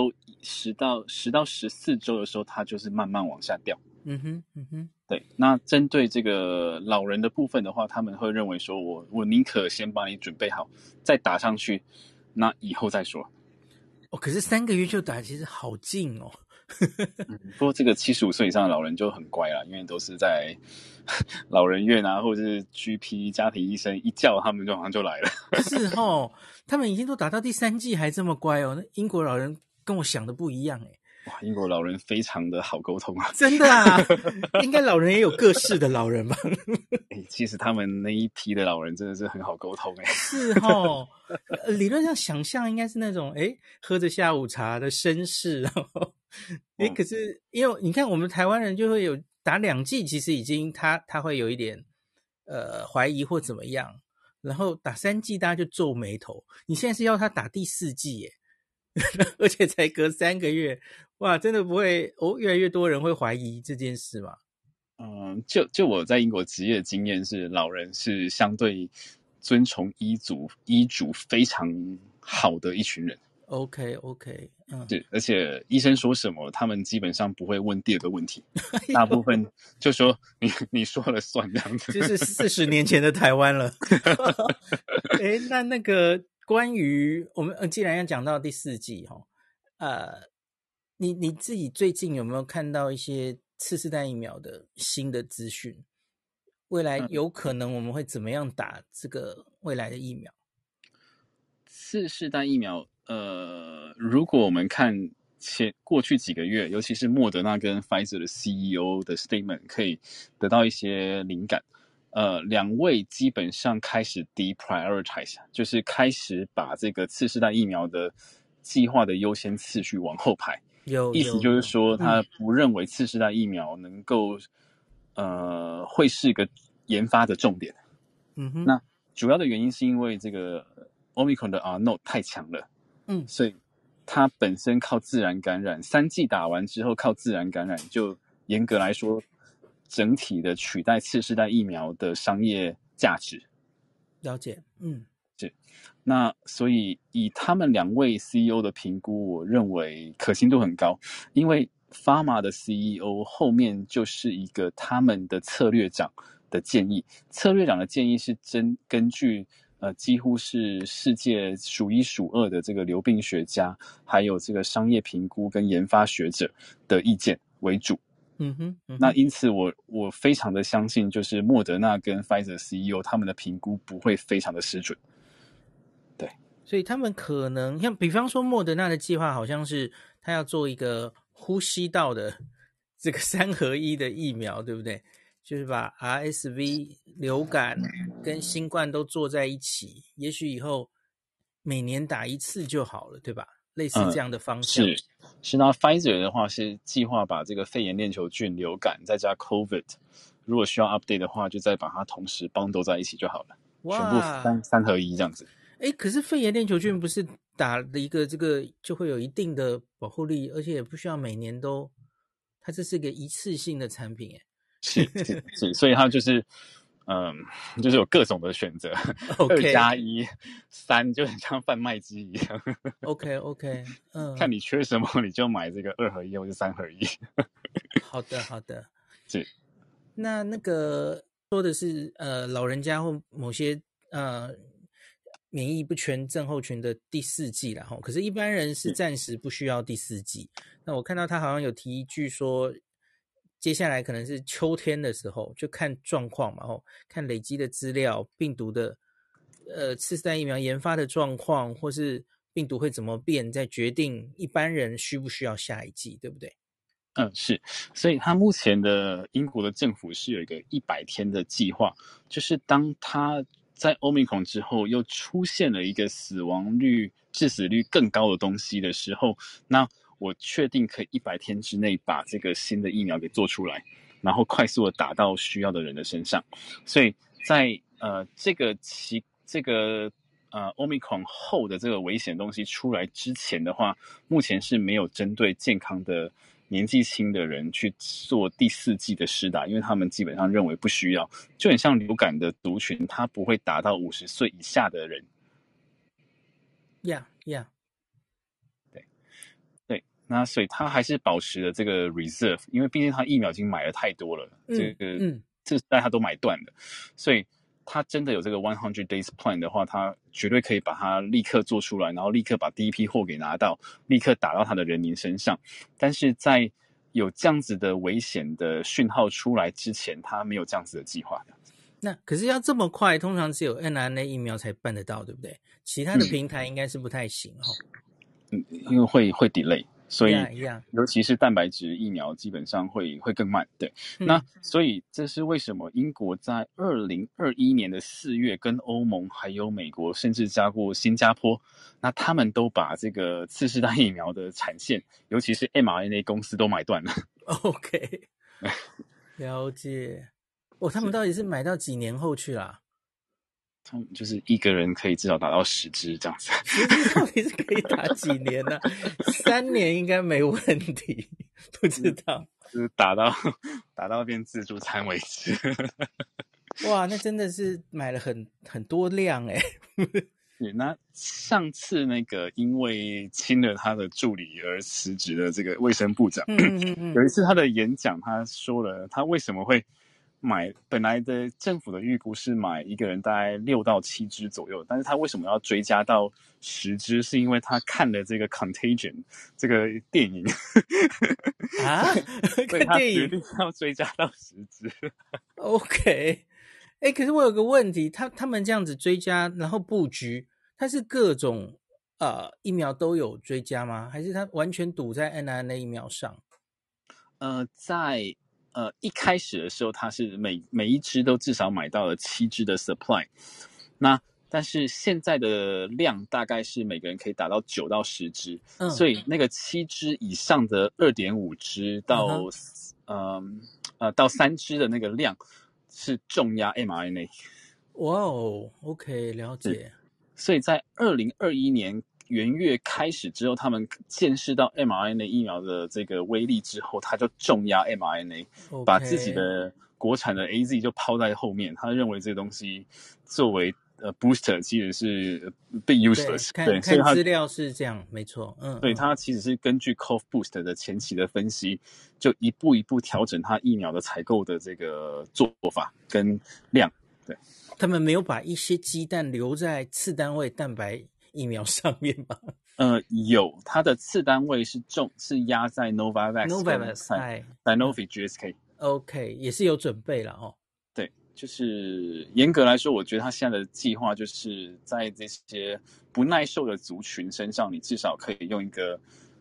10到14周的时候，它就是慢慢往下掉。
嗯哼，嗯哼。
对，那针对这个老人的部分的话，他们会认为说我宁可先把你准备好，再打上去，那以后再说。
哦，可是3个月就打，其实好近哦。
不过这个75岁以上的老人就很乖啦，因为都是在老人院啊，或者是 GP 家庭医生一叫，他们就好像就来了。
是哦，他们已经都打到第3剂还这么乖哦。那英国老人跟我想的不一样诶。
哇，英国老人非常的好沟通啊！
真的啊，应该老人也有各式的老人吧？
其实他们那一批的老人真的是很好沟通
是哦，理论上想象应该是那种喝着下午茶的绅士，然后可是因为你看我们台湾人就会有打2剂，其实已经他会有一点怀疑或怎么样，然后打3剂大家就皱眉头。你现在是要他打第4剂耶，而且才隔3个月，哇，真的不会越来越多人会怀疑这件事吗？
就我在英国职业的经验是，老人是相对遵从医嘱非常好的一群人。
OK，
是，而且医生说什么，他们基本上不会问第二个问题，大部分就说你说了算这样子。
就是40年前的台湾了。那个关于我们既然要讲到第4季你自己最近有没有看到一些次世代疫苗的新的资讯？未来有可能我们会怎么样打这个未来的疫苗？
次世代疫苗，如果我们看过去几个月，尤其是莫德纳跟 Pfizer 的 CEO 的 statement，可以得到一些灵感。两位基本上开始 deprioritize， 就是开始把这个次世代疫苗的计划的优先次序往后排。意思就是说，他不认为次世代疫苗能够，会是个研发的重点。那主要的原因是因为这个 Omicron 的 R0 太强了，所以它本身靠自然感染，3剂打完之后靠自然感染，就严格来说，整体的取代次世代疫苗的商业价值。
了解，
是。那所以以他们2位 CEO 的评估，我认为可信度很高，因为 Pharma 的 CEO 后面就是一个他们的策略长的建议，策略长的建议是根据几乎是世界数1数2的这个流病学家，还有这个商业评估跟研发学者的意见为主。那因此我非常的相信，就是莫德纳跟 Pfizer CEO 他们的评估不会非常的失准。对，
所以他们可能像比方说莫德纳的计划好像是他要做一个呼吸道的这个3合1的疫苗，对不对？就是把 RSV 流感跟新冠都做在一起，也许以后每年打1次就好了，对吧？类似这样的方向。
是那 Pfizer 的话是计划把这个肺炎链球菌、流感再加 COVID， 如果需要 update 的话，就再把它同时bundle在一起就好了，全部3合1这样子。
可是肺炎链球菌不是打了一个这个就会有一定的保护力，而且也不需要每年都，它这是一个一次性的产品
是，所以它就是就是有各种的选择，2+1、3就很像贩卖机一样。
OK，
看你缺什么，你就买这个2合1或者3合1。
好的，
是。
那个说的是老人家或某些免疫不全症候群的第4剂啦，可是一般人是暂时不需要第4剂。那我看到他好像有提一句说，接下来可能是秋天的时候，就看状况嘛，看累积的资料，病毒的次世代疫苗研发的状况，或是病毒会怎么变，再决定一般人需不需要下一剂，对不对？
是，所以他目前的英国的政府是有一个100天的计划，就是当他在 Omicron 之后又出现了一个死亡率、致死率更高的东西的时候，那我确定可以100天之内把这个新的疫苗给做出来，然后快速的打到需要的人的身上。所以在这个Omicron 后的这个危险东西出来之前的话，目前是没有针对健康的年纪轻的人去做第4剂的施打，因为他们基本上认为不需要，就很像流感的族群，它不会打到50岁以下的人。
Yeah，
那所以他还是保持了这个 reserve， 因为毕竟他疫苗已经买了太多了，这代他都买断了，所以他真的有这个100 days plan 的话，他绝对可以把它立刻做出来，然后立刻把第一批货给拿到，立刻打到他的人民身上。但是在有这样子的危险的讯号出来之前，他没有这样子的计划的。
那可是要这么快，通常只有 mRNA 疫苗才办得到，对不对？其他的平台应该是不太行
因为会 delay。所以
yeah.
尤其是蛋白质疫苗基本上会更慢，对。那所以这是为什么英国在2021年的4月跟欧盟还有美国甚至加过新加坡，那他们都把这个次世代疫苗的产线，尤其是 mRNA 公司都买断了。
OK 了解。他们到底是买到几年后去啦？
他们就是一个人可以至少打到10支这样子。
10支到底是可以打几年呢？3年应该没问题，不知道。
就是打到变自助餐为止。
哇，那真的是买了很多量欸。
对，那上次那个因为亲了他的助理而辞职的这个卫生部长，有一次他的演讲，他说了他为什么会买，本来的政府的预估是买一个人大概6到7支左右，但是他为什么要追加到10支？是因为他看了这个 Contagion 这个电影
啊，
所以他决定要追加到10支。
OK， 可是我有个问题，他们这样子追加，然后布局，它是各种疫苗都有追加吗？还是它完全赌在 mRNA 疫苗上？
在一开始的时候，它是每一支都至少买到了7支的 supply。那但是现在的量大概是每个人可以打到9到10支，所以那个7支以上的2.5支到到3支的那个量是重压 mRNA。
哇哦 ，OK， 了解。
所以在2021年元月开始之后，他们见识到 mRNA 疫苗的这个威力之后，他就重压 mRNA， 把自己的国产的 AZ 就抛在后面。他认为这个东西作为booster 其实是被 useless。
对，看资料是这样，没错。
对，他其实是根据 Cov Boost 的前期的分析，就一步一步调整他疫苗的采购的这个做法跟量。对，
他们没有把一些鸡蛋留在次单位蛋白疫苗上面吗？
有，它的次单位是压在
Novavax、Sanofi、
GSK。
OK， 也是有准备了哦。
对，就是严格来说，我觉得他现在的计划就是在这些不耐受的族群身上，你至少可以用一个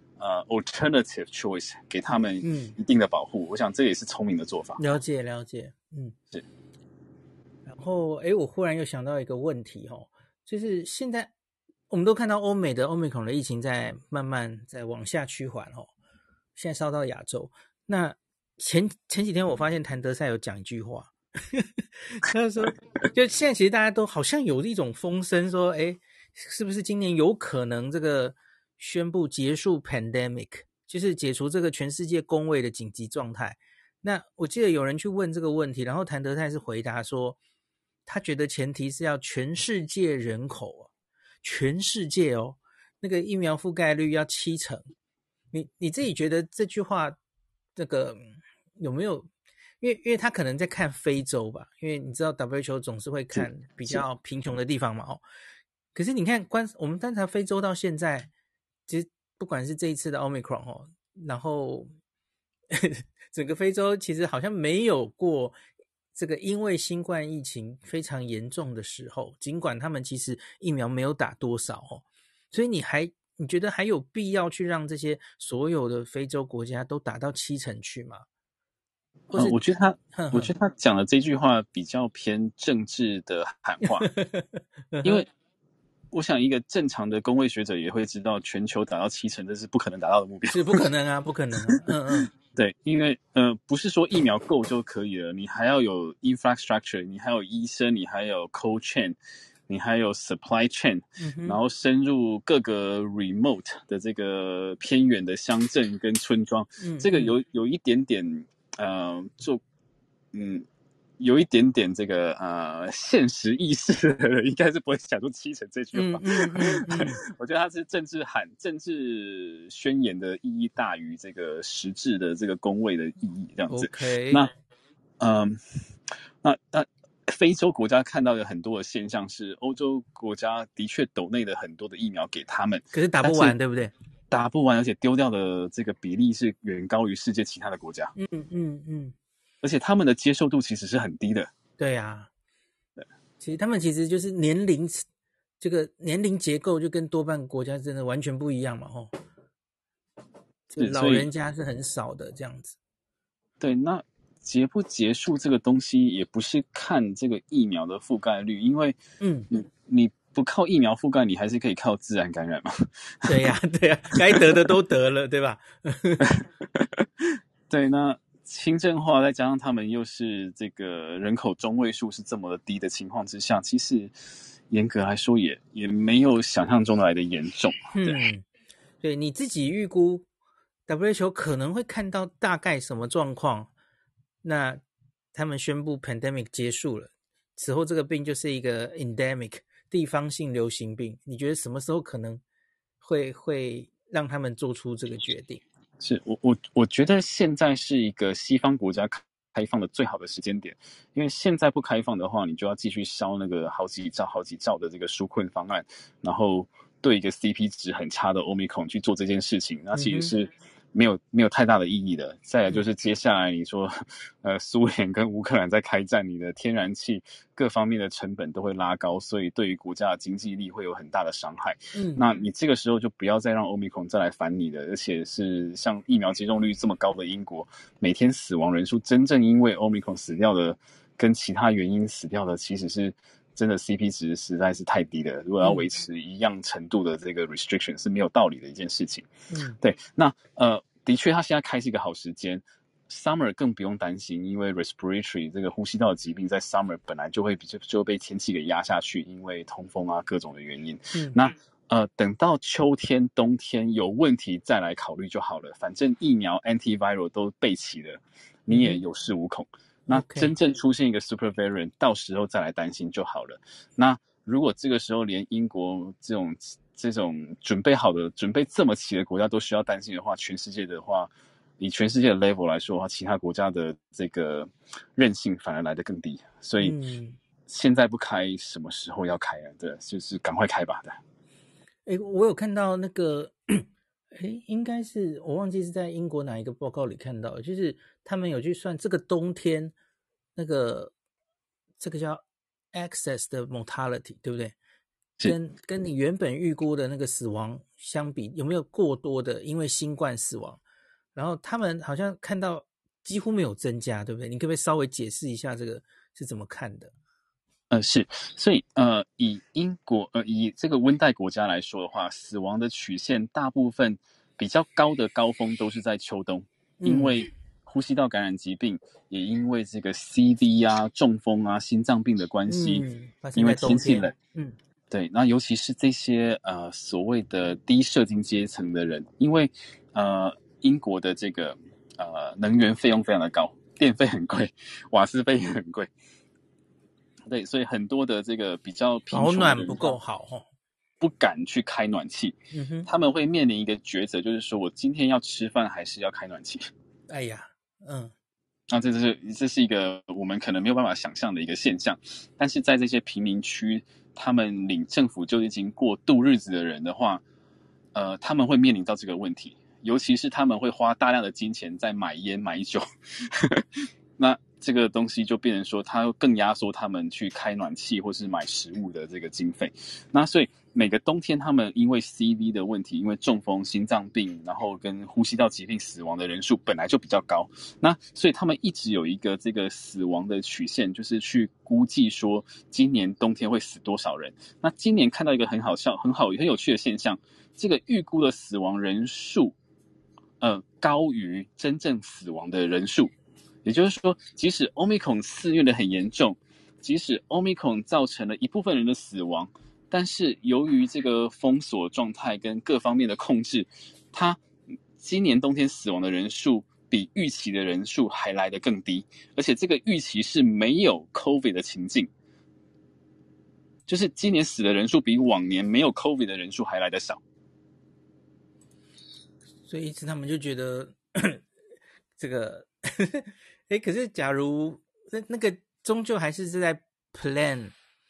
alternative choice 给他们一定的保护。我想这也是聪明的做法。
了解，是。然后，我忽然又想到一个问题就是现在我们都看到欧美的 Omicron 的疫情在慢慢在往下趋缓现在烧到亚洲。那前几天我发现谭德赛有讲一句话，他说，就现在其实大家都好像有一种风声说，是不是今年有可能这个宣布结束 pandemic， 就是解除这个全世界公卫的紧急状态。那我记得有人去问这个问题，然后谭德赛是回答说，他觉得前提是要全世界人口全世界那个疫苗覆盖率要70%。你自己觉得这句话这个有没有？因为他可能在看非洲吧，因为你知道 WHO 总是会看比较贫穷的地方嘛可是你看我们观察非洲到现在，其实不管是这一次的 Omicron 然后整个非洲其实好像没有过这个因为新冠疫情非常严重的时候，尽管他们其实疫苗没有打多少所以你觉得还有必要去让这些所有的非洲国家都打到70%去吗？
我觉得他讲的这句话比较偏政治的喊话，因为我想一个正常的公卫学者也会知道，全球打到70%这是不可能达到的目标，
是不可能啊，不可能
对，因为不是说疫苗够就可以了，你还要有 infrastructure， 你还有医生，你还有 cold chain， 你还有 supply chain，然后深入各个 remote 的这个偏远的乡镇跟村庄，这个有一点点有一点点这个现实意识的人，应该是不会讲出7成这句话。我觉得它是政治宣言的意义大于这个实质的这个公卫的意义，这样子。
OK，
那非洲国家看到的很多的现象是，欧洲国家的确抖内的很多的疫苗给他们，
可是打不完，对不对？
打不完，而且丢掉的这个比例是远高于世界其他的国家。而且他们的接受度其实是很低的。
对啊，其实他们其实就是这个年龄结构就跟多半国家真的完全不一样嘛，吼。老人家是很少的这样子。
对，那结不结束这个东西也不是看这个疫苗的覆盖率，因为你不靠疫苗覆盖，你还是可以靠自然感染嘛。
对呀，对呀，该得的都得了，对吧？
对，那轻症化再加上他们又是这个人口中位数是这么的低的情况之下，其实严格来说也没有想象中的来的严重。
对，你自己预估 WHO 可能会看到大概什么状况？那他们宣布 pandemic 结束了，此后这个病就是一个 endemic 地方性流行病。你觉得什么时候可能会让他们做出这个决定？
是我觉得现在是一个西方国家开放的最好的时间点，因为现在不开放的话，你就要继续烧那个好几兆的这个纾困方案，然后对一个 CP 值很差的 Omicron 去做这件事情，那其实是没有太大的意义的。再来就是接下来你说苏联跟乌克兰在开战，你的天然气各方面的成本都会拉高，所以对于国家的经济力会有很大的伤害。那你这个时候就不要再让 Omicron 再来烦你了，而且是像疫苗接种率这么高的英国，每天死亡人数真正因为 Omicron 死掉的跟其他原因死掉的其实是真的 CP 值实在是太低了，如果要维持一样程度的这个 restriction 是没有道理的一件事情。对，那的确它现在开是一个好时间， Summer 更不用担心，因为 respiratory 这个呼吸道的疾病在 Summer 本来就会被天气给压下去，因为通风啊各种的原因。那等到秋天冬天有问题再来考虑就好了，反正疫苗 antiviral 都备齐了，你也有恃无恐。那真正出现一个 super variant 到时候再来担心就好了。那如果这个时候连英国这种准备这么齐的国家都需要担心的话，以全世界的 level 来说的话，其他国家的这个韧性反而来得更低，所以现在不开，什么时候要开啊？对，就是赶快开吧的。
我有看到那个，应该是我忘记是在英国哪一个报告里看到的，就是他们有去算这个冬天这个叫 excess 的 mortality， 对不对？跟你原本预估的那个死亡相比，有没有过多的因为新冠死亡？然后他们好像看到几乎没有增加，对不对？你可不可以稍微解释一下这个是怎么看的？
是，所以以英国以这个温带国家来说的话，死亡的曲线大部分比较高的高峰都是在秋冬，因为呼吸道感染疾病，也因为这个 CV 啊、中风啊、心脏病的关系，因为天气冷，对，那尤其是这些所谓的低社经阶层的人，因为英国的这个能源费用非常的高，电费很贵，瓦斯费也很贵。对，所以很多的这个比较贫穷的人
保暖不够好
不敢去开暖气，他们会面临一个抉择，就是说我今天要吃饭还是要开暖气？
哎呀，
那这是一个我们可能没有办法想象的一个现象，但是在这些贫民区，他们领政府救济金过度日子的人的话，他们会面临到这个问题，尤其是他们会花大量的金钱在买烟买酒，那这个东西就变成说，它更压缩他们去开暖气或是买食物的这个经费。那所以每个冬天，他们因为 CV 的问题，因为中风、心脏病，然后跟呼吸道疾病死亡的人数本来就比较高。那所以他们一直有一个这个死亡的曲线，就是去估计说今年冬天会死多少人。那今年看到一个很有趣的现象，这个预估的死亡人数，高于真正死亡的人数。也就是说，即使 Omicron 肆虐的很严重，即使 Omicron 造成了一部分人的死亡，但是由于这个封锁状态跟各方面的控制，它今年冬天死亡的人数比预期的人数还来得更低，而且这个预期是没有 COVID 的情境，就是今年死的人数比往年没有 COVID 的人数还来得少。
所以因此他们就觉得这个可是假如那个终究还是在 Plan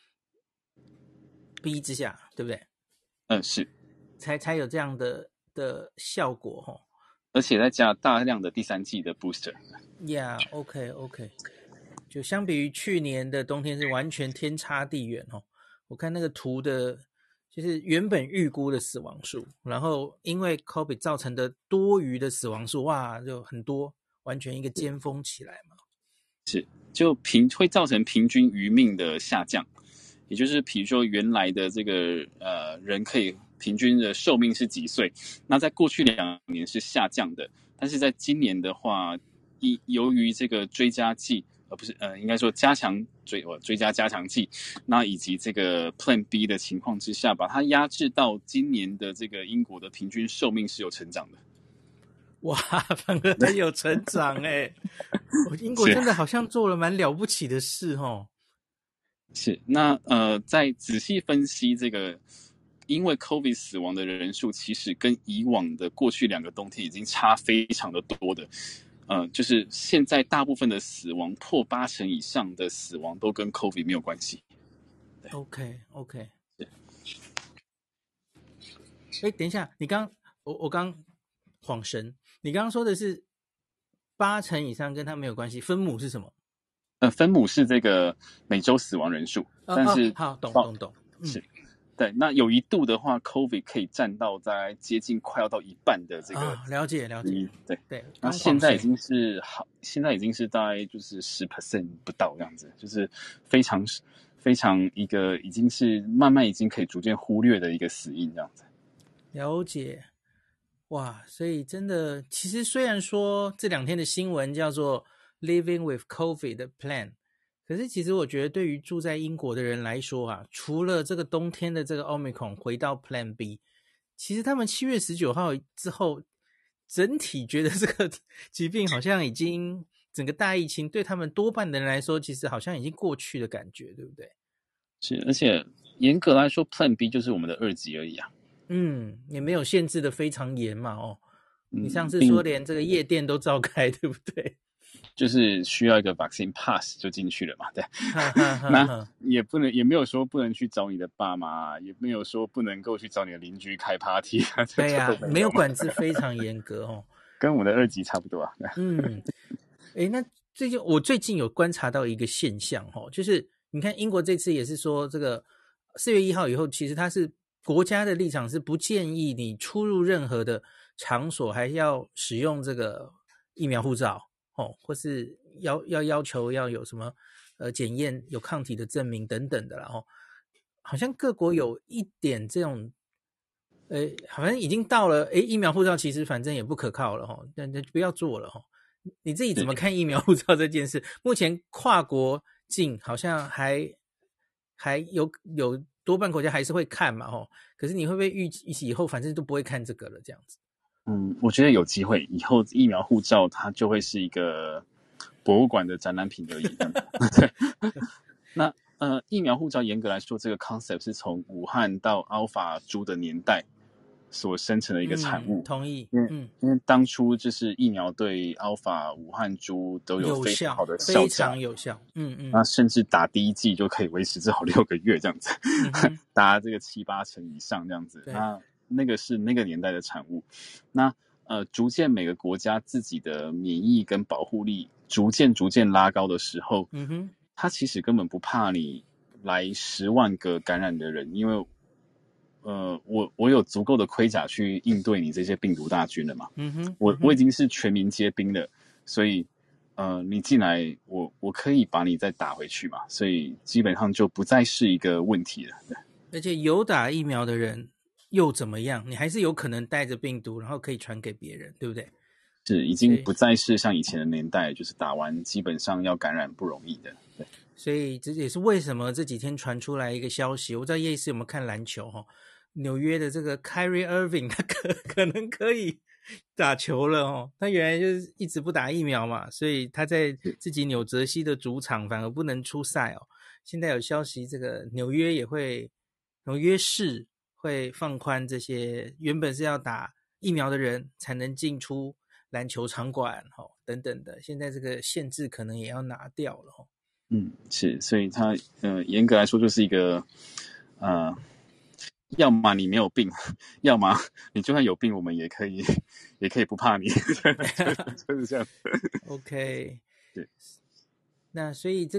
B 之下，对不对？
是，
才有这样的效果齁。
而且再加大量的第三季的 booster。
OK， 就相比于去年的冬天是完全天差地远哦。我看那个图的，就是原本预估的死亡数，然后因为 COVID 造成的多余的死亡数，哇，就很多，完全一个尖峰起来嘛。
是，就会造成平均余命的下降，也就是比如说原来的这个人可以平均的寿命是几岁，那在过去2年是下降的，但是在今年的话，由于这个追加剂，不是应该说追加加强剂，那以及这个 Plan B 的情况之下，把它压制到今年的这个英国的平均寿命是有成长的。
哇，反而还有成长欸英国真的好像做了蛮了不起的事齁。
是，那再仔细分析这个，因为 COVID 死亡的人数，其实跟以往的过去2个冬天已经差非常的多的。就是现在大部分的死亡破80%以上的死亡都跟 COVID 没有关系。
OK， 等一下，我刚恍神，你刚刚说的是80%以上跟它没有关系，分母是什么？
分母是这个每周死亡人数，但是
好，懂。
是，对，那有一度的话 ，COVID 可以占到在接近快要到一半的这个。
了解。对，
那现在已经是大概就是 10% 不到这样子，就是非常一个已经是慢慢已经可以逐渐忽略的一个死因这样子。
了解。哇，所以真的，其实虽然说这2天的新闻叫做 Living with COVID 的 Plan， 可是其实我觉得对于住在英国的人来说啊，除了这个冬天的这个 Omicron 回到 Plan B， 其实他们7月19号之后，整体觉得这个疾病好像已经整个大疫情对他们多半的人来说，其实好像已经过去的感觉，对不对？
是，而且严格来说 Plan B 就是我们的2级而已啊。
也没有限制的非常严嘛你上次说连这个夜店都召开，对不对？
就是需要一个 vaccine pass 就进去了嘛，对。那也没有说不能去找你的爸妈，也没有说不能够去找你的邻居开 party 啊。
对啊，没有管制非常严格
跟我们的2级差不多啊。
那我最近有观察到一个现象就是你看英国这次也是说这个4月1号以后，其实它是国家的立场是不建议你出入任何的场所还要使用这个疫苗护照或是要求要有什么检验有抗体的证明等等的啦好像各国有一点这种好像已经到了疫苗护照其实反正也不可靠了那不要做了你自己怎么看疫苗护照这件事？目前跨国境好像还有多半国家还是会看嘛可是你会不会预期以后反正都不会看这个了这样子？
我觉得有机会，以后疫苗护照它就会是一个博物馆的展览品而已。那疫苗护照严格来说，这个 concept 是从武汉到 Alpha 株的年代所生成的一个产物。
同意。
因为当初就是疫苗对 Alpha 武汉株都有非常好的效
非常有效。
那甚至打第1剂就可以维持至少6个月这样子，打这个7-8成以上这样子。那个是那个年代的产物。那逐渐每个国家自己的免疫跟保护力逐渐拉高的时候，他其实根本不怕你来10万个感染的人，因为我有足够的盔甲去应对你这些病毒大军了嘛。我已经是全民皆兵了，所以你进来我可以把你再打回去嘛，所以基本上就不再是一个问题了。对，
而且有打疫苗的人又怎么样？你还是有可能带着病毒，然后可以传给别人，对不对？
是，已经不再是像以前的年代，就是打完基本上要感染不容易的。对，
所以这也是为什么这几天传出来一个消息，我不知道叶医师有没有看篮球纽约的这个 Kyrie Irving 他可能可以打球了哦。他原来就是一直不打疫苗嘛，所以他在自己纽泽西的主场反而不能出赛哦。现在有消息，这个纽约市会放宽这些原本是要打疫苗的人才能进出篮球场馆哦等等的，现在这个限制可能也要拿掉了哦。
是，所以它严格来说就是一个呃，要么你没有病，要么你就算有病，我们也可以不怕你，就是这样。
OK，
对，
那所以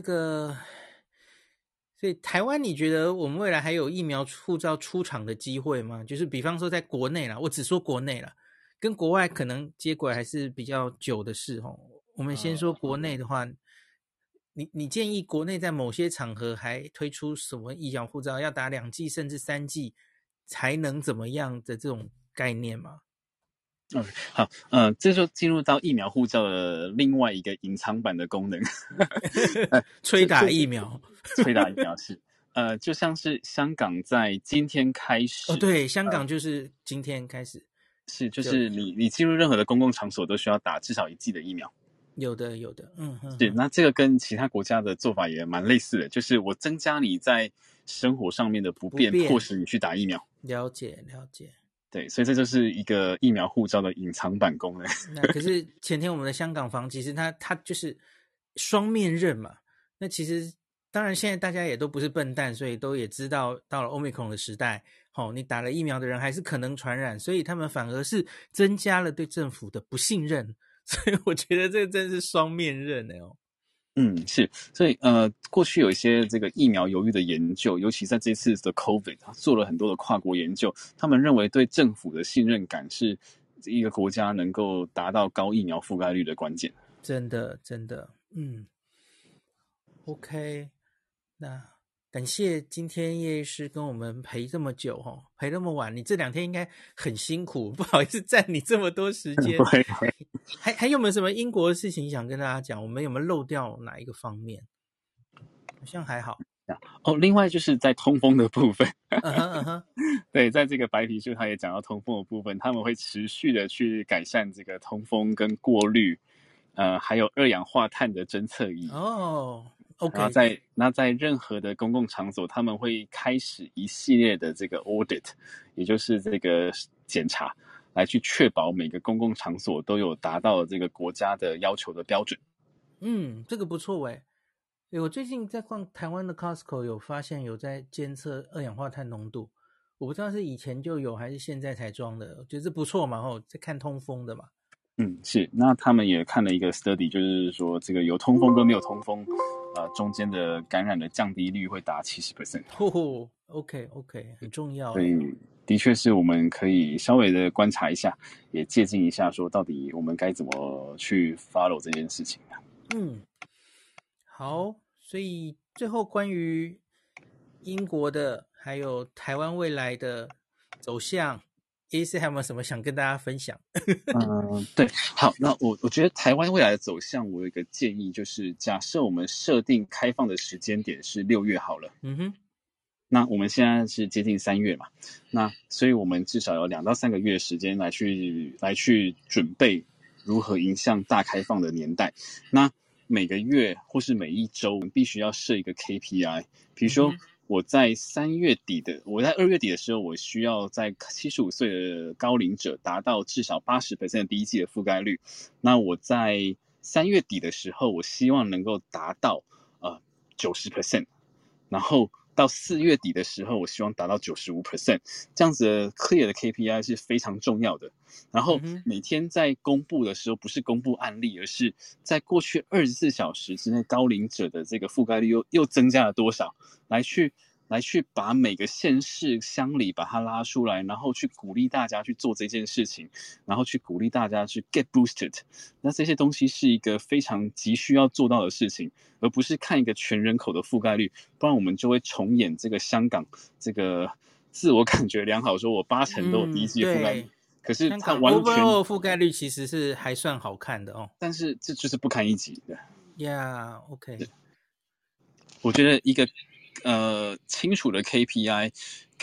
所以台湾，你觉得我们未来还有疫苗护照出厂的机会吗？就是比方说在国内啦，我只说国内啦，跟国外可能接轨还是比较久的事哦。我们先说国内的话，你建议国内在某些场合还推出什么疫苗护照，要打2剂甚至3剂才能怎么样的这种概念吗？
好，这就进入到疫苗护照的另外一个隐藏版的功能，
吹打
就是
疫苗。
催打疫苗是，就像是香港在今天开
哦，
始，
对，香港就是今天开始就
就是你进入任何的公共场所都需要打至少1剂的疫苗。
有的有的，嗯哼
是，
哼，
那这个跟其他国家的做法也蛮类似的，就是我增加你在生活上面的不便，迫
不变，
使你去打疫苗。
了解了解。
对，所以这就是一个疫苗护照的隐藏版功能。
那可是前天我们的香港房，其实它就是双面刃嘛。那其实当然现在大家也都不是笨蛋，所以都也知道到了 Omicron 的时代，你打了疫苗的人还是可能传染，所以他们反而是增加了对政府的不信任。所以我觉得这真是双面刃哦。
是，所以过去有一些这个疫苗犹豫的研究，尤其在这次的 COVID，做了很多的跨国研究，他们认为对政府的信任感是一个国家能够达到高疫苗覆盖率的关键。
真的真的，OK。那感谢今天叶医师跟我们陪这么久哦，陪那么晚，你这2天应该很辛苦，不好意思占你这么多时间。
不会，
还有没有什么英国的事情想跟大家讲？我们有没有漏掉哪一个方面？好像还好。
哦，另外就是在通风的部分，
嗯哼嗯哼，
对，在这个白皮书，他也讲到通风的部分，他们会持续的去改善这个通风跟过滤，还有二氧化碳的侦测仪。
哦
然后
，OK，
在任何的公共场所，他们会开始一系列的这个 audit，也就是这个检查，来去确保每个公共场所都有达到这个国家的要求的标准。
这个不错诶。我最近在逛台湾的 Costco，有发现有在监测二氧化碳浓度，我不知道是以前就有还是现在才装的，我觉得这不错嘛，在看通风的嘛。
是。那他们也看了一个 study，就是说这个有通风跟没有通风，中间的感染的降低率会达70%。
哦，OK OK，很重要诶。
所以的确是我们可以稍微的观察一下，也借鉴一下，说到底我们该怎么去 follow 这件事情。
好，所以最后关于英国的还有台湾未来的走向，AC 还有没有什么想跟大家分享？
对，好，那我觉得台湾未来的走向，我有一个建议，就是假设我们设定开放的时间点是6月好了，
嗯哼，
那我们现在是接近3月嘛，那所以我们至少有2到3个月的时间来去准备如何迎向大开放的年代。那每个月或是每一周，我们必须要设一个 KPI，比如说我在2月底的时候，我需要在75岁的高龄者达到至少80%的第一剂的覆盖率。那我在3月底的时候，我希望能够达到90%，然后到4月底的时候，我希望达到95%，这样子的 clear 的 KPI 是非常重要的。然后每天在公布的时候，不是公布案例，而是在过去24小时之内，高龄者的这个覆盖率又增加了多少，来去把每个县市乡里把它拉出来，然后去鼓励大家去做这件事情，然后去鼓励大家去 get boosted。那这些东西是一个非常急需要做到的事情，而不是看一个全人口的覆盖率，不然我们就会重演这个香港这个自我感觉良好，说我80%都有第一季的覆盖率。
对，
可是
香港
它完全
overall 覆盖率其实是还算好看的哦。
但是这就是不堪一击的。
Yeah，OK，
我觉得一个清楚的 KPI 跟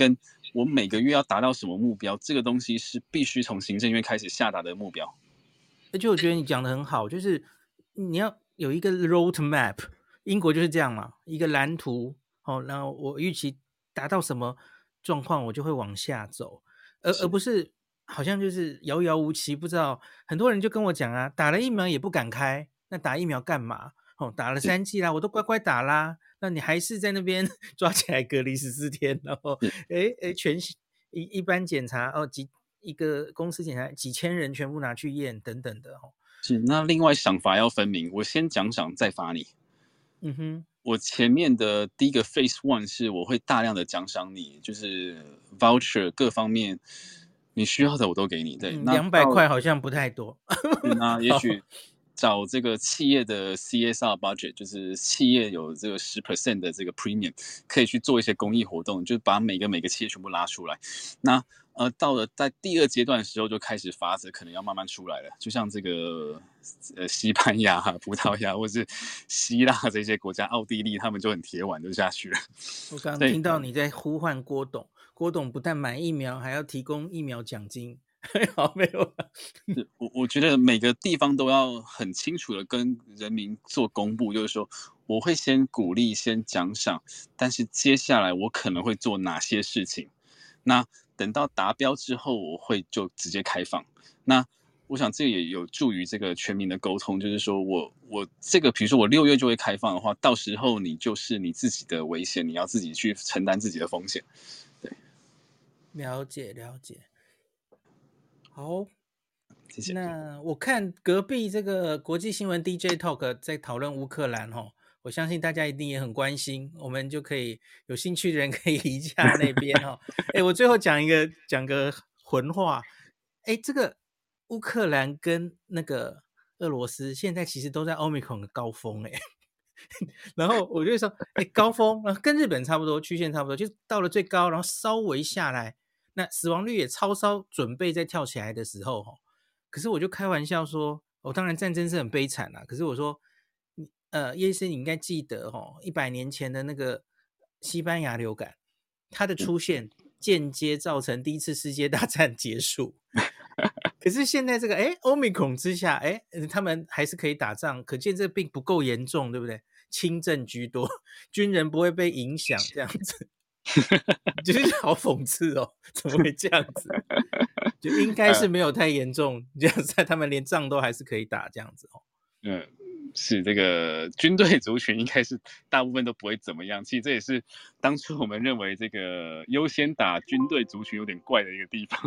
我每个月要达到什么目标，这个东西是必须从行政院开始下达的目标。
而且我觉得你讲的很好，就是你要有一个 road map，英国就是这样嘛，一个蓝图，哦，然后我预期达到什么状况，我就会往下走，而不是好像就是遥遥无期，不知道。很多人就跟我讲啊，打了疫苗也不敢开，那打疫苗干嘛？哦，打了3剂啦，我都乖乖打啦，那你还是在那边抓起来隔离14天，然后一般检查哦一个公司检查几千人全部拿去验等等的哦。
是，那另外赏罚要分明，我先奖赏再罚你。
嗯哼，
我前面的第一个 phase one 是我会大量的奖赏你，就是 voucher 各方面你需要的我都给你。对，那
200块好像不太多。
那也许找这个企业的 CSR budget，就是企业有这个10% 的这个 premium，可以去做一些公益活动，就是把每个企业全部拉出来。那到了在第2阶段的时候，就开始法则可能要慢慢出来了。就像这个西班牙、葡萄牙或是希腊这些国家，奥地利他们就很铁腕就下去了。
我刚刚听到你在呼唤郭董，郭董不但买疫苗，还要提供疫苗奖金。好，没有了。
我觉得每个地方都要很清楚的跟人民做公布，就是说我会先鼓励、先奖赏，但是接下来我可能会做哪些事情。那等到达标之后，我会就直接开放。那我想这也有助于这个全民的沟通，就是说我这个，比如说我6月就会开放的话，到时候你就是你自己的危险，你要自己去承担自己的风险。对，
了解了解。好，
谢谢。
那我看隔壁这个国际新闻 DJ Talk 在讨论乌克兰哦，我相信大家一定也很关心，我们就可以有兴趣的人可以移驾那边哦。哎，我最后讲个混话，哎，这个乌克兰跟那个俄罗斯现在其实都在 Omicron 的高峰哎。然后我就说，哎，高峰，然后跟日本差不多，曲线差不多，就到了最高，然后稍微下来，那死亡率也稍准备再跳起来的时候，可是我就开玩笑说，当然战争是很悲惨啦，可是我说，叶医生你应该记得100年前的那个西班牙流感，它的出现间接造成第1次世界大战结束。可是现在这个Omicron 之下，他们还是可以打仗，可见这个病不够严重，对不对？轻症居多，军人不会被影响，这样子，就是好讽刺哦，怎么会这样子？就应该是没有太严重，这样子他们连仗都还是可以打，这样子哦。
是这个军队族群应该是大部分都不会怎么样。其实这也是当初我们认为这个优先打军队族群有点怪的一个地方。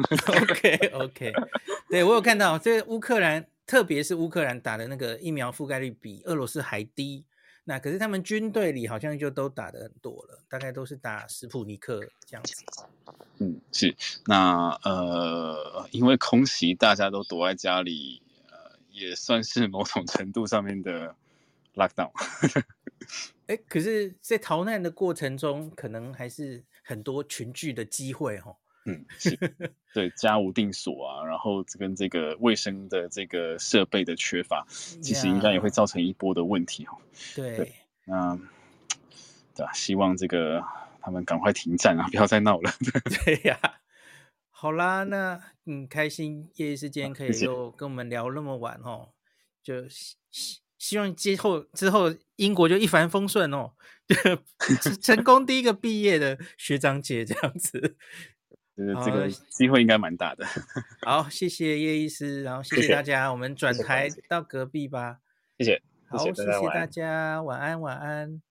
OK， 对我有看到这个乌克兰，特别是乌克兰打的那个疫苗覆盖率比俄罗斯还低。那可是他们军队里好像就都打的很多了，大概都是打史普尼克这样子。
是。那因为空袭，大家都躲在家里，也算是某种程度上面的 lockdown。
可是，在逃难的过程中，可能还是很多群聚的机会哦。
是，对，家无定所啊，然后跟这个卫生的这个设备的缺乏，其实应该也会造成一波的问题哦。
对，
那对吧？希望这个他们赶快停战啊，不要再闹了。
对呀。好啦，那开心叶医师今天可以又跟我们聊那么晚哦，就希望之后英国就一帆风顺哦，就成功第一个毕业的学长姐这样子。
这个机会应该蛮大的。
好，谢谢叶医师，然后谢谢大家，我们转台到隔壁吧。
谢谢，
好，谢谢大
大家晚安。
家，晚安，晚安。